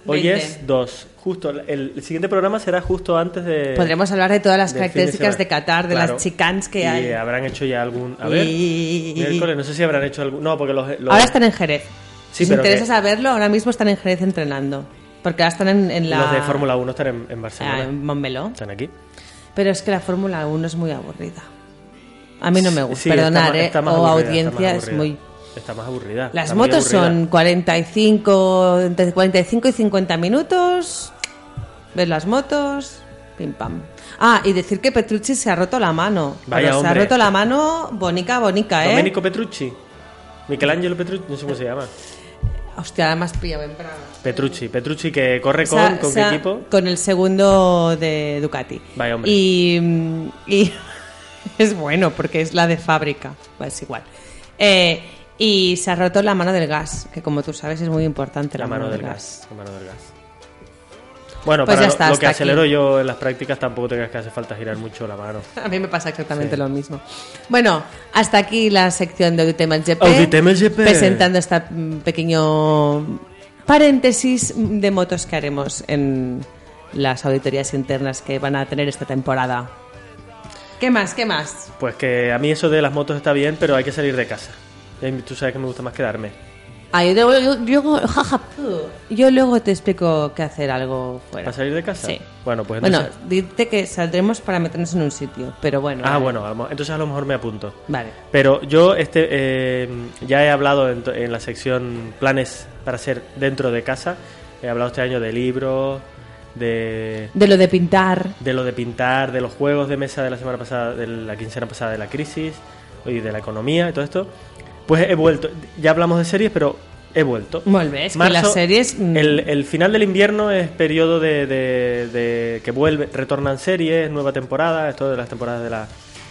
S2: Hoy
S1: veinte.
S2: es dos. Justo, el, el siguiente programa será justo antes de...
S1: Podremos hablar de todas las
S2: del fin de
S1: características de,
S2: semana.
S1: Qatar, de
S2: Claro.
S1: las chicans que
S2: y
S1: hay.
S2: habrán hecho ya algún... A ver,
S1: Y-
S2: miércoles, no sé si habrán hecho algún... No, porque los... los-
S1: Ahora están en Jerez.
S2: Sí,
S1: si os
S2: pero
S1: interesa
S2: que-
S1: saberlo, ahora mismo están en Jerez entrenando. Porque ahora están en, en la...
S2: los de Fórmula uno están en, en
S1: ah,
S2: Barcelona.
S1: en Montmeló.
S2: Están aquí.
S1: Pero es que la Fórmula uno es muy aburrida. A mí no me gusta.
S2: Sí,
S1: Perdonar,
S2: está,
S1: ¿eh?
S2: está más
S1: o
S2: aburrida,
S1: audiencia
S2: está
S1: es
S2: más aburrida.
S1: muy...
S2: Está más aburrida.
S1: Las
S2: está muy
S1: motos
S2: aburrida.
S1: son cuarenta y cinco, entre cuarenta y cinco y cincuenta minutos. Ves las motos, pim pam. Ah, y decir que Petrucci se ha roto la mano.
S2: Vaya,
S1: Pero se ha
S2: hombre.
S1: roto la mano bonica, bonica, ¿eh?
S2: Domenico Petrucci. Michelangelo Petrucci, no sé cómo se llama.
S1: Hostia, además pillado en plano.
S2: Petrucci, Petrucci que corre con,
S1: O sea,
S2: ¿con
S1: o sea,
S2: qué equipo?
S1: Con el segundo de Ducati.
S2: Vaya, hombre.
S1: Y, mm, y es bueno porque es la de fábrica. Pues igual. Eh, y se ha roto la mano del gas, que como tú sabes es muy importante la,
S2: La mano del gas. La mano del gas. Bueno,
S1: Pues
S2: para
S1: ya
S2: lo,
S1: está,
S2: lo
S1: hasta
S2: que
S1: aquí.
S2: acelero yo en las prácticas tampoco te creas que hace falta girar mucho la mano.
S1: A mí me pasa exactamente
S2: Sí.
S1: lo mismo. Bueno, hasta aquí la sección de Auditem el G P.
S2: Auditem el G P.
S1: Presentando este pequeño paréntesis de motos que haremos en las auditorías internas que van a tener esta temporada. ¿Qué más? ¿Qué más?
S2: Pues que a mí eso de las motos está bien, pero hay que salir de casa. Y tú sabes que me gusta más quedarme.
S1: Ah, yo, yo- yo- yo- jaja, yo luego te explico qué hacer algo fuera.
S2: ¿Para salir de casa?
S1: Sí.
S2: Bueno, pues
S1: Bueno,
S2: entonces...
S1: dite que saldremos para meternos en un sitio, pero bueno.
S2: Ah,
S1: vale.
S2: bueno, a lo mo- entonces a lo mejor me apunto.
S1: Vale.
S2: Pero yo este eh, ya he hablado en, to- en la sección planes para hacer dentro de casa. He hablado este año de libros, de,
S1: De lo de pintar.
S2: de lo de pintar, de los juegos de mesa de la semana pasada, de la quincena pasada de la crisis y de la economía y todo esto. Pues he vuelto. Ya hablamos de series, pero he vuelto.
S1: Molt bé, és que las series, mm.
S2: El, el final del invierno es periodo de, de, de que vuelve, retornan series, nueva temporada, esto de las temporadas de la...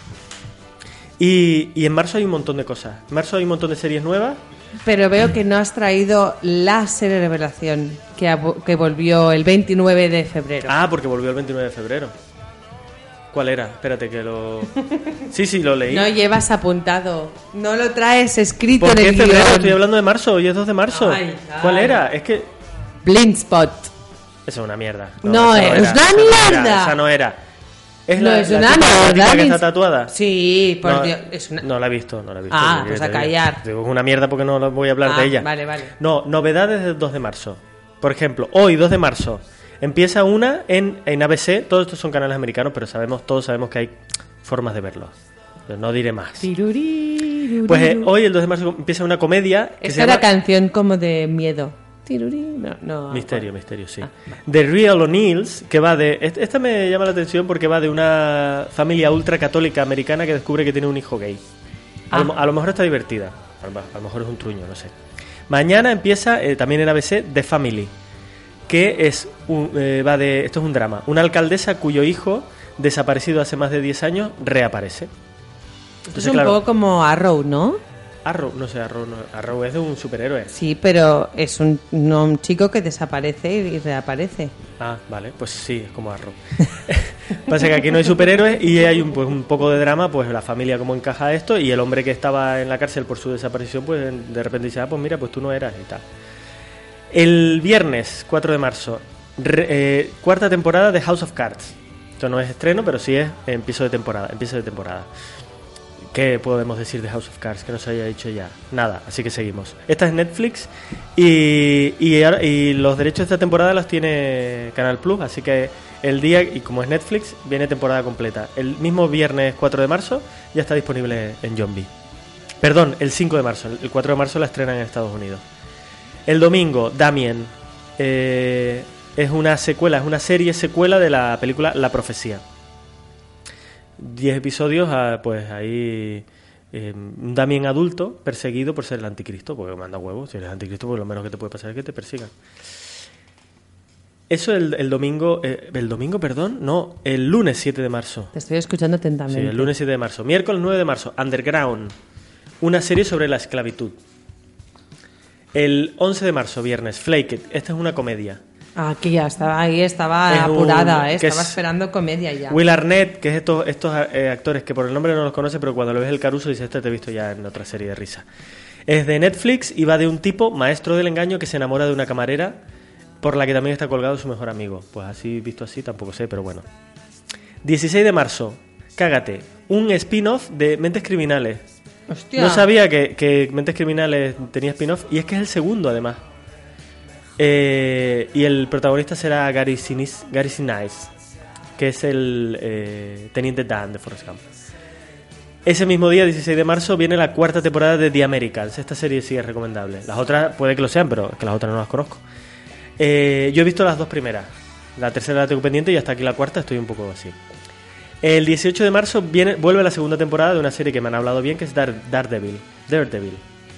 S2: Y, y en marzo hay un montón de cosas. En marzo hay un montón de series nuevas.
S1: Pero veo que no has traído la serie Revelación que, abo- que volvió el veintinueve de febrero.
S2: Ah, porque volvió el veintinueve de febrero. ¿Cuál era? Espérate que lo... Sí, sí, lo leí.
S1: No llevas apuntado, no lo traes escrito
S2: ¿Por
S1: en
S2: qué
S1: el
S2: febrero?
S1: guión.
S2: Estoy hablando de marzo, hoy es dos de marzo.
S1: Ay, ay.
S2: ¿Cuál era? Es que...
S1: Blindspot.
S2: Eso es una mierda.
S1: No,
S2: esa
S1: es
S2: era,
S1: una
S2: esa no era,
S1: mierda.
S2: Esa no era. ¿Es
S1: No,
S2: la,
S1: es
S2: la
S1: una
S2: chica
S1: mierda,
S2: asiática que
S1: Blins-
S2: está tatuada?
S1: Sí, por
S2: no,
S1: Dios. Es una...
S2: no la he visto, no la he visto.
S1: Ah,
S2: Yo
S1: pues
S2: te
S1: a
S2: digo.
S1: callar.
S2: Digo, es una mierda porque no voy a hablar
S1: Ah,
S2: de ella.
S1: vale, vale.
S2: No, novedades del dos de marzo. Por ejemplo, hoy, dos de marzo, empieza una en, en A B C. Todos estos son canales americanos, pero sabemos todos sabemos que hay formas de verlos. Pero no diré más.
S1: Tiruri,
S2: Pues eh, hoy, el dos de marzo, empieza una comedia que
S1: Esta
S2: se
S1: era
S2: llama...
S1: canción como de miedo. Tiruri, no, no.
S2: Misterio, misterio, sí. The Real O'Neills, que va de... est- Esta me llama la atención porque va de una familia ultracatólica americana que descubre que tiene un hijo gay. A, lo,
S1: Ah.
S2: a lo mejor está divertida. A lo, a lo mejor es un truño, no sé. Mañana empieza, eh, también en A B C, The Family, que es un, eh, va de... Esto es un drama. Una alcaldesa cuyo hijo, desaparecido hace más de diez años, reaparece.
S1: Es un poco como Arrow, ¿no?
S2: Arrow, no sé, Arrow, no, Arrow es de un superhéroe.
S1: Sí, pero es un, no, un chico que desaparece y reaparece.
S2: Ah, vale, pues sí, es como Arrow. Pasa que aquí no hay superhéroes y hay un, pues, un poco de drama, pues la familia cómo encaja esto y el hombre que estaba en la cárcel por su desaparición, pues de repente dice, ah, pues mira, pues tú no eras y tal. El viernes cuatro de marzo, re- eh, cuarta temporada de House of Cards. Esto no es estreno, pero sí es empiezo de temporada, empiezo de temporada. ¿Qué podemos decir de House of Cards que no se haya dicho ya? Nada, así que seguimos. Esta es Netflix y, y, ahora- y los derechos de esta temporada los tiene Canal Plus, así que el día, y como es Netflix, viene temporada completa. El mismo viernes cuatro de marzo ya está disponible en Zombie. Perdón, el cinco de marzo, el cuatro de marzo la estrenan en Estados Unidos. El domingo, Damien, eh, es una secuela, es una serie secuela de la película La Profecía. Diez episodios, ah, pues ahí eh, un Damien adulto perseguido por ser el anticristo, porque manda huevos, si eres anticristo, pues lo menos que te puede pasar es que te persigan. Eso el, el domingo, eh, el domingo, perdón, no, el lunes siete de marzo.
S1: Te estoy escuchando
S2: Sí,
S1: atentamente.
S2: el lunes siete de marzo. Miércoles nueve de marzo, Underground, una serie sobre la esclavitud. El once de marzo, viernes, Flake It, esta es una comedia.
S1: Aquí ya estaba, ahí estaba
S2: Es un-
S1: apurada, eh,
S2: que
S1: estaba
S2: es-
S1: esperando comedia ya.
S2: Will Arnett, que es estos, estos eh, actores que por el nombre no los conoce, pero cuando lo ves el caruso dices, este te he visto ya en otra serie de risa. Es de Netflix y va de un tipo, maestro del engaño, que se enamora de una camarera por la que también está colgado su mejor amigo. Pues así, visto así, tampoco sé, pero bueno. dieciséis de marzo, cágate, un spin-off de Mentes Criminales.
S1: Hostia.
S2: No sabía que, que Mentes Criminales tenía spin-off, y es que es el segundo, además. Eh, y el protagonista será Gary Sinise, Gary Sinise, que es el eh, Teniente Dan de Forrest Gump. Ese mismo día, dieciséis de marzo, viene la cuarta temporada de The Americans. Esta serie sí es recomendable. Las otras puede que lo sean, pero es que las otras no las conozco. Eh, yo he visto las dos primeras. La tercera la tengo pendiente y hasta aquí la cuarta estoy un poco así. El dieciocho de marzo viene, vuelve la segunda temporada de una serie que me han hablado bien, que es Dare, Daredevil. Daredevil.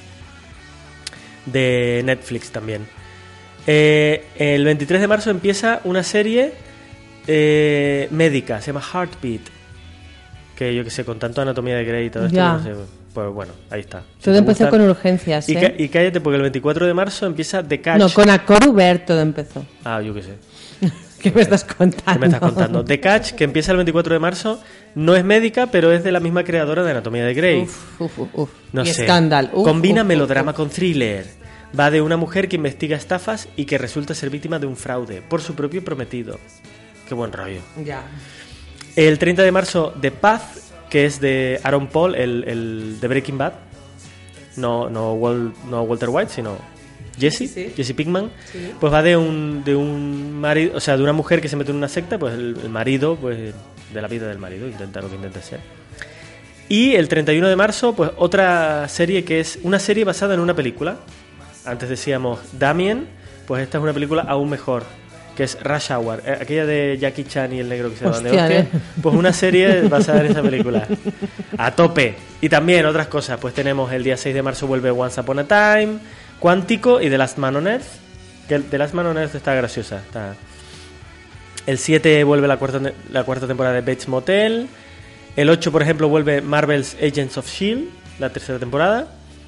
S2: De Netflix también. Eh, el veintitrés de marzo empieza una serie eh, médica, se llama Heartbeat. Que yo que sé, con tanto Anatomía de Grey y todo esto,
S1: Ya.
S2: no sé, pues bueno, ahí está. Si
S1: Todo
S2: te
S1: empezó
S2: gustan-
S1: con urgencias,
S2: y,
S1: ¿eh?
S2: ca- y cállate, porque el veinticuatro de marzo empieza The Catch.
S1: No, con Acoruber todo empezó.
S2: Ah, yo qué sé.
S1: ¿Qué me estás contando?
S2: ¿Qué me estás contando? The Catch, que empieza el veinticuatro de marzo, no es médica, pero es de la misma creadora de Anatomía de Grey.
S1: Uf, uf, uf, uf.
S2: No
S1: y
S2: sé.
S1: Scandal. Uf,
S2: Combina
S1: uf,
S2: melodrama
S1: uf, uf.
S2: con thriller. Va de una mujer que investiga estafas y que resulta ser víctima de un fraude por su propio prometido. Qué buen rollo.
S1: Ya.
S2: El treinta de marzo, The Path, que es de Aaron Paul, el, el de Breaking Bad. No, no, Wal- no Walter White, sino Jesse,
S1: Sí.
S2: Jesse Pinkman.
S1: Sí.
S2: Pues va de un, de un marido, o sea, de una mujer que se mete en una secta, pues el, el marido, pues de la vida del marido, intenta lo que intenta ser. Y el treinta y uno de marzo, pues otra serie que es una serie basada en una película. Antes decíamos Damien, pues esta es una película aún mejor, que es Rush Hour, eh, aquella de Jackie Chan y el negro que se daban de
S1: Hostia,
S2: hostia.
S1: ¿eh?
S2: Pues una serie basada en esa película. A tope. Y también otras cosas, pues tenemos el día seis de marzo vuelve Once Upon a Time, Cuántico y The Last Man on Earth. Que el The Last Man on Earth está graciosa. Está... El siete vuelve la cuarta, la cuarta temporada de Bates Motel. El ocho, por ejemplo, vuelve Marvel's Agents of S H I E L D, la tercera temporada.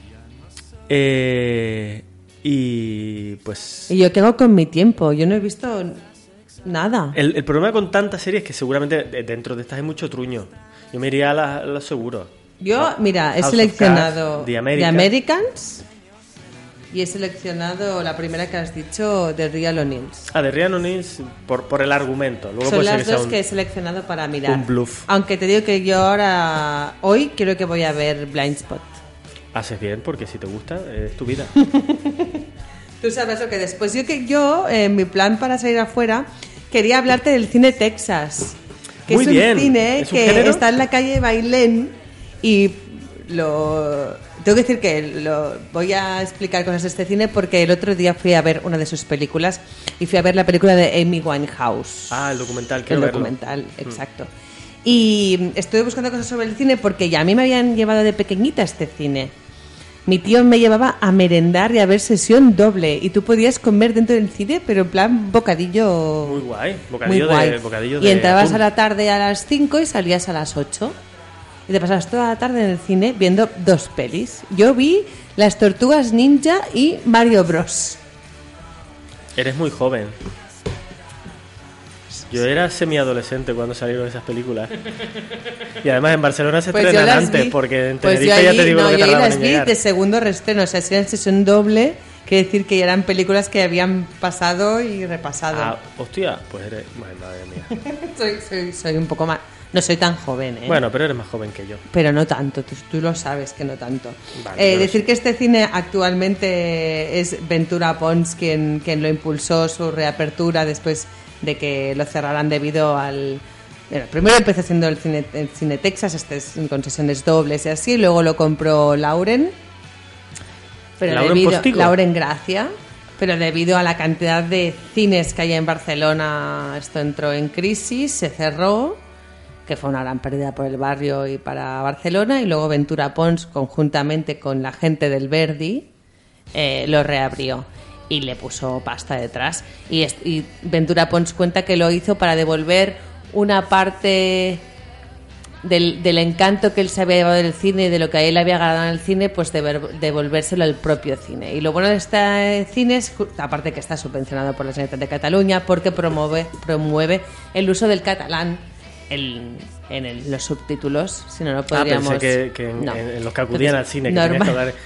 S2: Eh, y pues...
S1: ¿Y yo qué hago con mi tiempo? Yo no he visto nada.
S2: El, el problema con tantas series es que seguramente de- dentro de estas hay mucho truño. Yo me iría a la- a lo seguro.
S1: Yo, mira, he
S2: House of
S1: seleccionado
S2: Cards, The
S1: The
S2: Americans.
S1: Americans y he seleccionado la primera que has dicho, The Real O'Neills.
S2: Ah, de Ryan O'Neill por, por el argumento. Luego
S1: Son
S2: puede ser
S1: las
S2: que sea
S1: dos
S2: un-
S1: que he seleccionado para mirar.
S2: un bluff.
S1: Aunque te digo que yo ahora, hoy, creo que voy a ver Blindspot.
S2: Haces bien, porque si te gusta, es tu vida.
S1: Tú sabes lo que después yo que yo en mi plan para salir afuera quería hablarte del cine Texas, que
S2: Muy
S1: es un
S2: bien.
S1: cine
S2: ¿Es un
S1: que
S2: género?
S1: está en la calle Bailén y lo tengo que decir que lo voy a explicar cosas de este cine porque el otro día fui a ver una de sus películas y fui a ver la película de Amy Winehouse.
S2: Ah, el documental,
S1: El
S2: quiero verlo.
S1: documental, exacto. Y estuve buscando cosas sobre el cine porque ya a mí me habían llevado de pequeñita a este cine. Mi tío me llevaba a merendar y a ver sesión doble. Y tú podías comer dentro del cine, pero en plan bocadillo.
S2: Muy guay.
S1: muy
S2: Bocadillo
S1: guay.
S2: de bocadillo
S1: Y
S2: de
S1: entrabas
S2: atún.
S1: a la tarde a las cinco y salías a las ocho. Y te pasabas toda la tarde en el cine viendo dos pelis. Yo vi Las Tortugas Ninja y Mario Bros.
S2: Eres muy joven. Yo era semiadolescente cuando salieron esas películas. Y además en Barcelona se
S1: Pues yo
S2: estrenan
S1: las
S2: antes,
S1: vi.
S2: porque en
S1: Pues
S2: Tenerife
S1: yo
S2: ya
S1: allí-
S2: te digo
S1: no,
S2: lo que
S1: yo ahí
S2: tardaban
S1: las
S2: en
S1: vi
S2: llegar.
S1: de segundo reestreno, o sea, si eran sesión doble, quiere decir que ya eran películas que habían pasado y repasado.
S2: Ah, hostia, pues eres... Bueno, madre mía.
S1: soy, soy, soy un poco más... No soy tan joven, ¿eh?
S2: Bueno, pero eres más joven que yo.
S1: Pero no tanto, tú, tú lo sabes que no tanto.
S2: Vale,
S1: Eh,
S2: yo lo
S1: decir
S2: sé.
S1: que este cine actualmente es Ventura Pons quien, quien lo impulsó, su reapertura después de que lo cerraran debido al... Bueno, primero empezó haciendo el cine, el cine Texas, este es con sesiones dobles y así, luego lo compró Lauren. Pero
S2: ¿Lauren
S1: debido,
S2: Postigo?
S1: Lauren Gracia. Pero debido a la cantidad de cines que hay en Barcelona, esto entró en crisis, se cerró, que fue una gran pérdida por el barrio y para Barcelona, y luego Ventura Pons, conjuntamente con la gente del Verdi, eh, lo reabrió y le puso pasta detrás. Y, est- y Ventura Pons cuenta que lo hizo para devolver una parte del, del encanto que él se había llevado del cine y de lo que a él había ganado en el cine, pues dever- devolvérselo al propio cine. Y lo bueno de este cine es, ju- aparte que está subvencionado por la Generalitat de Cataluña, porque promueve, promueve el uso del catalán en, en el- los subtítulos, si no, no
S2: Ah,
S1: podríamos...
S2: pensé que, que en,
S1: No.
S2: en- en los que acudían al cine, que
S1: Normal-
S2: tenías que hablar...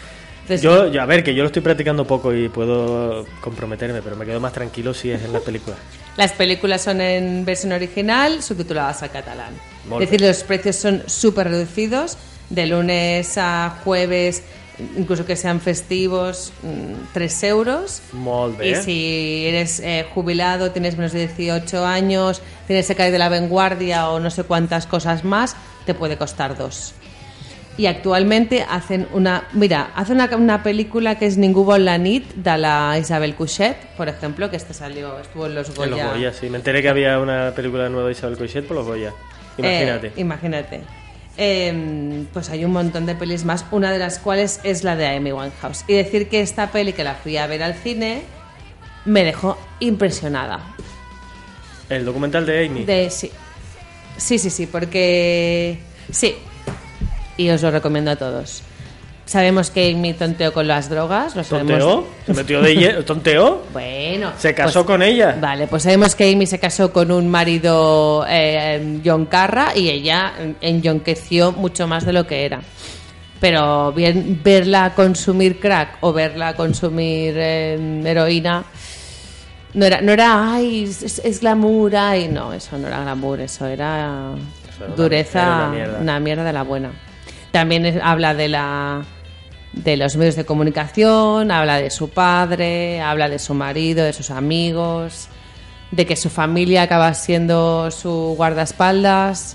S1: Entonces,
S2: Yo, yo, a ver, que yo lo estoy practicando poco y puedo comprometerme, pero me quedo más tranquilo si es en las películas.
S1: las películas son en versión original, subtituladas al catalán.
S2: Molt
S1: Es decir, los precios son súper reducidos, de lunes a jueves, incluso que sean festivos, mm, tres euros.
S2: Molt bé.
S1: Y si eres eh, jubilado, tienes menos de dieciocho años, tienes que caer de la vanguardia o no sé cuántas cosas más, te puede costar dos. Y actualmente hacen una... Mira, hacen una, una película que es Ningú vol la nit, de la Isabel Cuixet, por ejemplo, que este salió, estuvo en los Goya.
S2: En los Goya, sí. Me enteré que había una película nueva de Isabel Coixet por los Goya. Imagínate.
S1: Eh, imagínate. Eh, pues hay un montón de pelis más, una de las cuales es la de Amy Winehouse. Y decir que esta peli, que la fui a ver al cine, me dejó impresionada.
S2: El documental de Amy.
S1: De, sí. Sí, sí, sí, porque... Sí. Y os lo recomiendo a todos. Sabemos que Amy tonteó con las drogas. Lo sabemos.
S2: ¿Tonteó? ¿Se metió de lle- ¿Tonteó?
S1: Bueno.
S2: ¿Se casó
S1: pues-
S2: con ella?
S1: Vale, pues sabemos que Amy se casó con un marido eh, John Carra y ella enjonqueció mucho más de lo que era. Pero bien, verla consumir crack o verla consumir eh, heroína no era, no era ay, es, es glamour, ay, no, eso no era glamour, eso era,
S2: Eso era una-
S1: dureza,
S2: era una mierda.
S1: una mierda de la buena. También es- habla de la de los medios de comunicación, habla de su padre, habla de su marido, de sus amigos, de que su familia acaba siendo su guardaespaldas,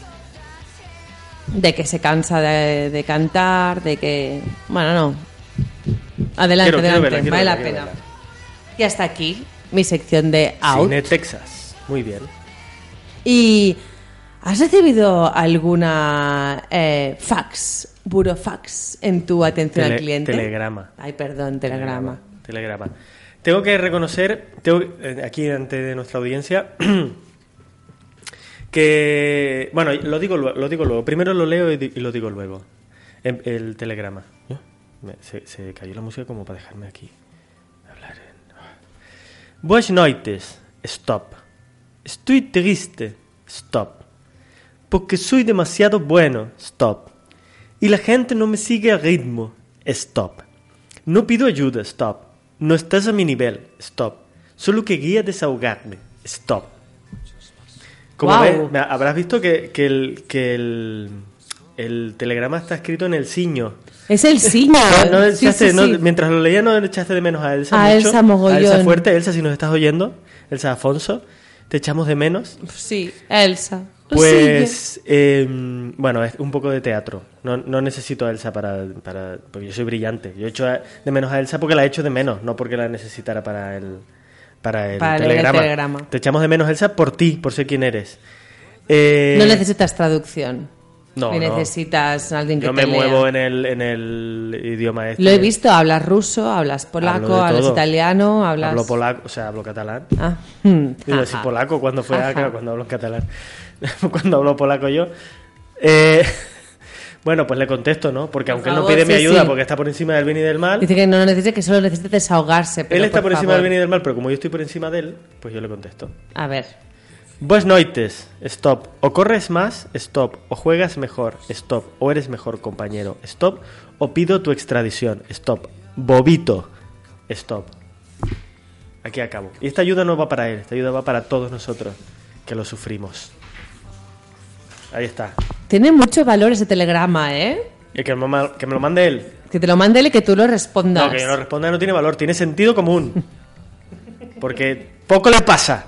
S1: de que se cansa de, de cantar, de que... Bueno, no. Adelante,
S2: Quiero- quiero
S1: adelante,
S2: verla, quiero
S1: vale
S2: verla,
S1: la
S2: quiero
S1: pena.
S2: verla.
S1: Y hasta aquí mi sección de Out.
S2: Cine Texas. Muy bien.
S1: ¿Y has recibido alguna eh, fax, burofax en tu atención
S2: Tele-
S1: al cliente?
S2: telegrama.
S1: Ay, perdón, telegrama.
S2: Telegrama. Tengo que reconocer, tengo, eh, aquí ante de nuestra audiencia, que... Bueno, lo digo, luego- lo digo luego. Primero lo leo y, di- y lo digo luego. El, el telegrama. ¿Eh? Me- se, se cayó la música como para dejarme aquí hablar. en- Buenas noites. Stop. Estoy triste. Stop. Porque soy demasiado bueno. Stop. Y la gente no me sigue al ritmo. Stop. No pido ayuda. Stop. No estás a mi nivel. Stop. Solo quería desahogarme. Stop. Como
S1: Guau.
S2: ves, me- habrás visto que, que, el, que el, el telegrama está escrito en el signo.
S1: Es el ciño.
S2: No, no
S1: Sí,
S2: echaste-
S1: sí,
S2: no-
S1: sí.
S2: mientras lo leía no le echaste de menos a Elsa
S1: A
S2: mucho.
S1: Elsa mogollón.
S2: A Elsa fuerte. Elsa, si nos estás oyendo. Elsa Afonso. Te echamos de menos.
S1: Sí, Elsa.
S2: Pues, eh, bueno, es un poco de teatro. No, no necesito a Elsa para, para... Porque yo soy brillante. Yo echo a- de menos a Elsa porque la echo de menos, no porque la necesitara para el, para el,
S1: Para leer el
S2: telegrama.
S1: telegrama.
S2: Te echamos de menos, Elsa, por ti, por ser quien eres. Eh,
S1: No necesitas traducción.
S2: No,
S1: Ni
S2: no.
S1: necesitas a alguien que
S2: Yo
S1: te
S2: me
S1: lea.
S2: muevo en el, en el idioma este.
S1: Lo he visto, hablas ruso, hablas
S2: Hablo
S1: polaco,
S2: de
S1: hablas
S2: todo.
S1: italiano, hablas...
S2: Hablo polaco, o sea, hablo catalán.
S1: Ah, hmm,
S2: Digo,
S1: ajá.
S2: decir polaco cuando fue
S1: Ajá.
S2: acá, cuando hablo en catalán. Cuando hablo polaco yo. Eh, bueno, pues le contesto, ¿no? Porque
S1: Por
S2: aunque
S1: favor,
S2: él no pide mi
S1: sí,
S2: ayuda
S1: sí.
S2: porque está por encima del bien y del mal,
S1: Dice que no lo necesita, que solo necesita desahogarse. Pero
S2: él está por, encima
S1: favor.
S2: del bien y del mal, pero como yo estoy por encima de él, pues yo le contesto.
S1: A ver,
S2: Buenas noites, stop. O corres más, stop. O juegas mejor, stop. O eres mejor compañero, stop. O pido tu extradición, stop. Bobito, stop. Aquí acabo. Y esta ayuda no va para él, esta ayuda va para todos nosotros que lo sufrimos. Ahí está.
S1: tiene mucho valor ese telegrama, ¿eh?
S2: Y que me, ma- que me lo mande él.
S1: Que te lo mande él y que tú lo respondas.
S2: No, que yo no responda no tiene valor, tiene sentido común. Porque poco le pasa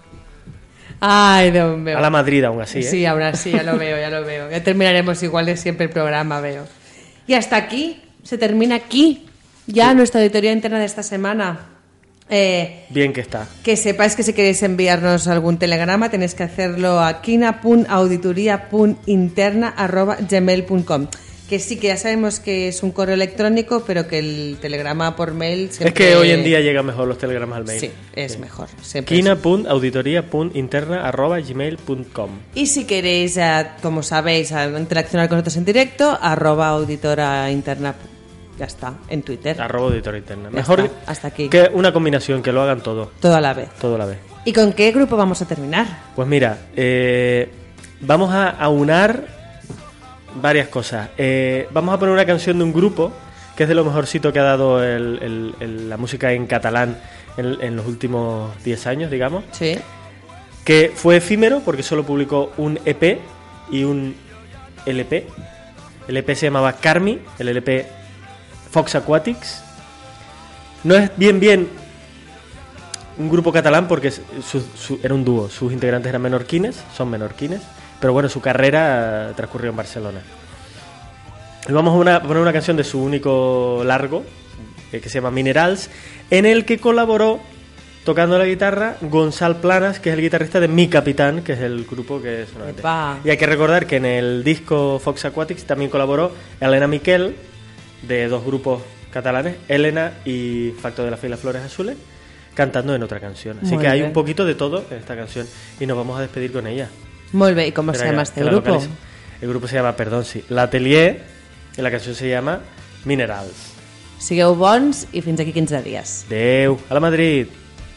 S1: Ay, Dios mío.
S2: a la Madrid aún así, ¿eh?
S1: Sí, ahora sí, ya lo veo, ya lo veo. Ya terminaremos igual de siempre el programa, veo. Y hasta aquí, se termina aquí ya nuestra auditoría interna de esta semana. Eh,
S2: Bien que está.
S1: que sepáis que si queréis enviarnos algún telegrama tenéis que hacerlo a quina punto auditoría punto interna arroba gmail punto com. Que sí, que ya sabemos que es un correo electrónico, pero que el telegrama por mail siempre...
S2: Es que hoy en día llegan mejor los telegramas al mail.
S1: Sí, es mejor. Siempre es-
S2: quina punto auditoría punto interna arroba gmail punto com.
S1: Y si queréis, eh, como sabéis, eh, interaccionar con nosotros en directo, arroba auditora interna. Ya está, en Twitter.
S2: Arroba auditoría interna.
S1: Ya
S2: Mejor
S1: está, hasta aquí.
S2: que una combinación, que lo hagan todo.
S1: Todo a la vez.
S2: Todo a la vez.
S1: ¿Y con qué grupo vamos a terminar?
S2: Pues mira, eh, vamos a aunar varias cosas. Eh, vamos a poner una canción de un grupo que es de lo mejorcito que ha dado el, el, el, la música en catalán en, en los últimos diez años, digamos.
S1: Sí.
S2: Que fue efímero porque solo publicó un E P y un L P. El E P se llamaba Carmi, el L P Fox Aquatics. No es bien bien un grupo catalán porque su, su, era un dúo, sus integrantes eran menorquines, son menorquines, pero bueno, su carrera transcurrió en Barcelona. Y vamos a, una, a poner una canción de su único largo, eh, que se llama Minerals, en el que colaboró tocando la guitarra Gonçal Planas, que es el guitarrista de Mi Capitán, que es el grupo que es... Y hay que recordar que en el disco Fox Aquatics también colaboró Elena Miquel, de dos grupos catalanes, Elena y Facto de la Fe y las Flores Azules, cantando en otra canción. Así
S1: Muy
S2: que hay
S1: bien.
S2: un poquito de todo en esta canción y nos vamos a despedir con ella.
S1: Muy bé, i com se
S2: Espera,
S1: llama
S2: que-
S1: este
S2: que la
S1: grupo?
S2: localizo. El grupo se llama, perdón, sí, L'Atelier, y la canción se llama Minerals.
S1: Sigueu bons i fins aquí quinze dies.
S2: Adeu, a la Madrid.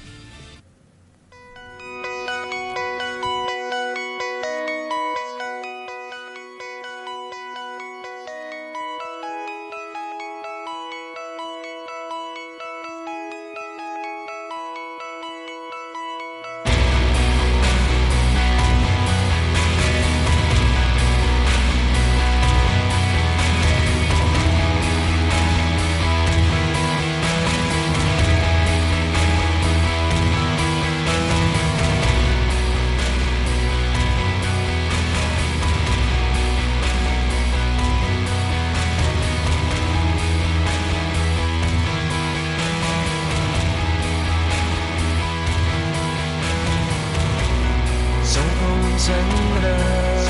S4: Som com cendres,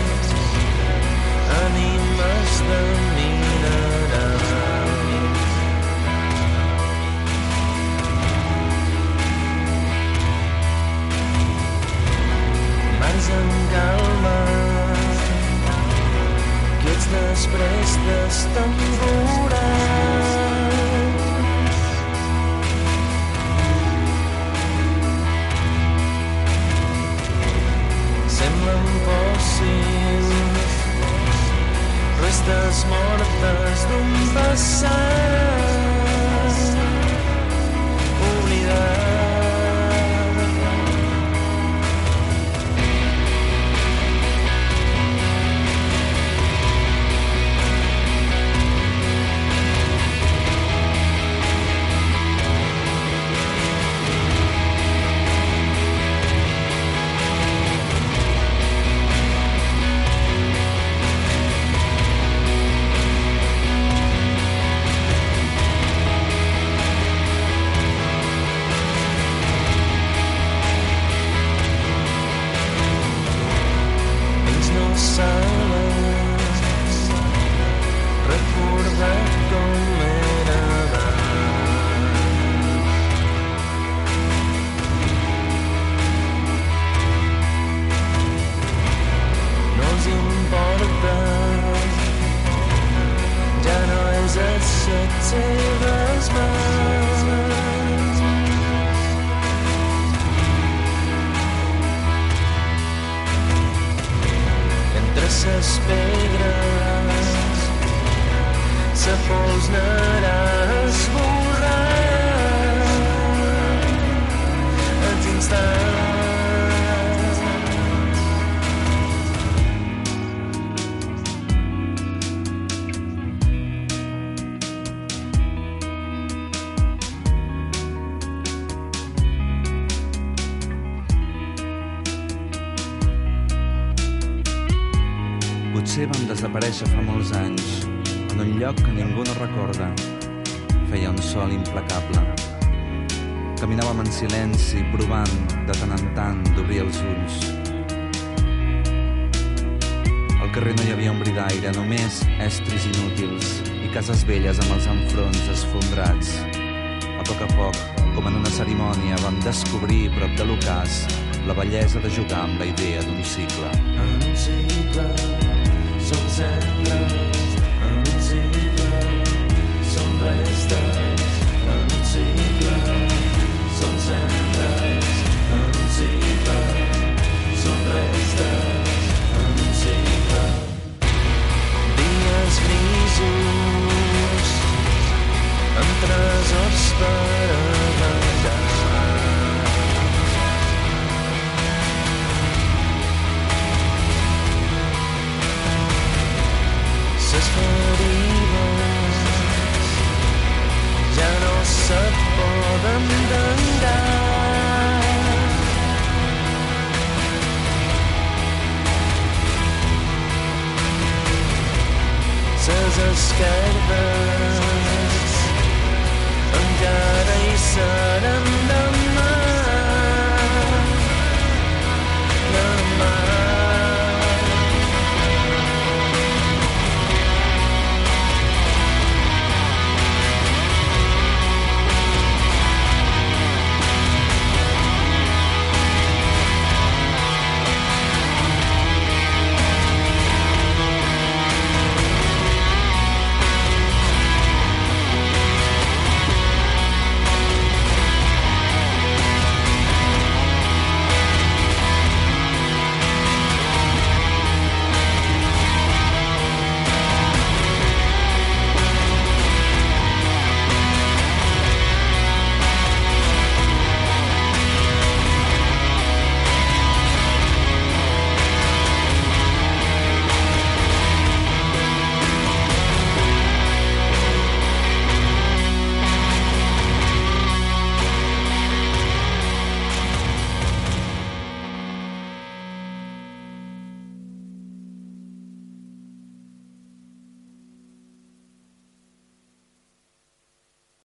S4: ànimes de minerals. Mars en calma, quiets després dels temporals. Semblen fòssils, restes mortes d'un passat oblidat. Ells no saben recordar com era abans. No els importa, ja no és a les seves mans. Entre ses pedres sa pols n'anà esborrant els instants.
S5: Potser vam desaparèixer fa molts anys, en un lloc que ningú no recorda. Feia un sol implacable. Caminàvem en silenci, provant, de tant en tant, d'obrir els ulls. Al carrer no hi havia un bri d'aire, només estris inútils i cases velles amb els enfronts esfondrats. A poc a poc, com en una cerimònia, vam descobrir, prop de l'ocàs, la bellesa de jugar amb la idea d'un cicle.
S4: En un cicle som cendres, en un cicle som restes, en un cicle som cendres, en un cicle som restes, en un cicle. Dies grisos
S6: les ferides ja no se't poden tancar. Ses esquerdes encara hi són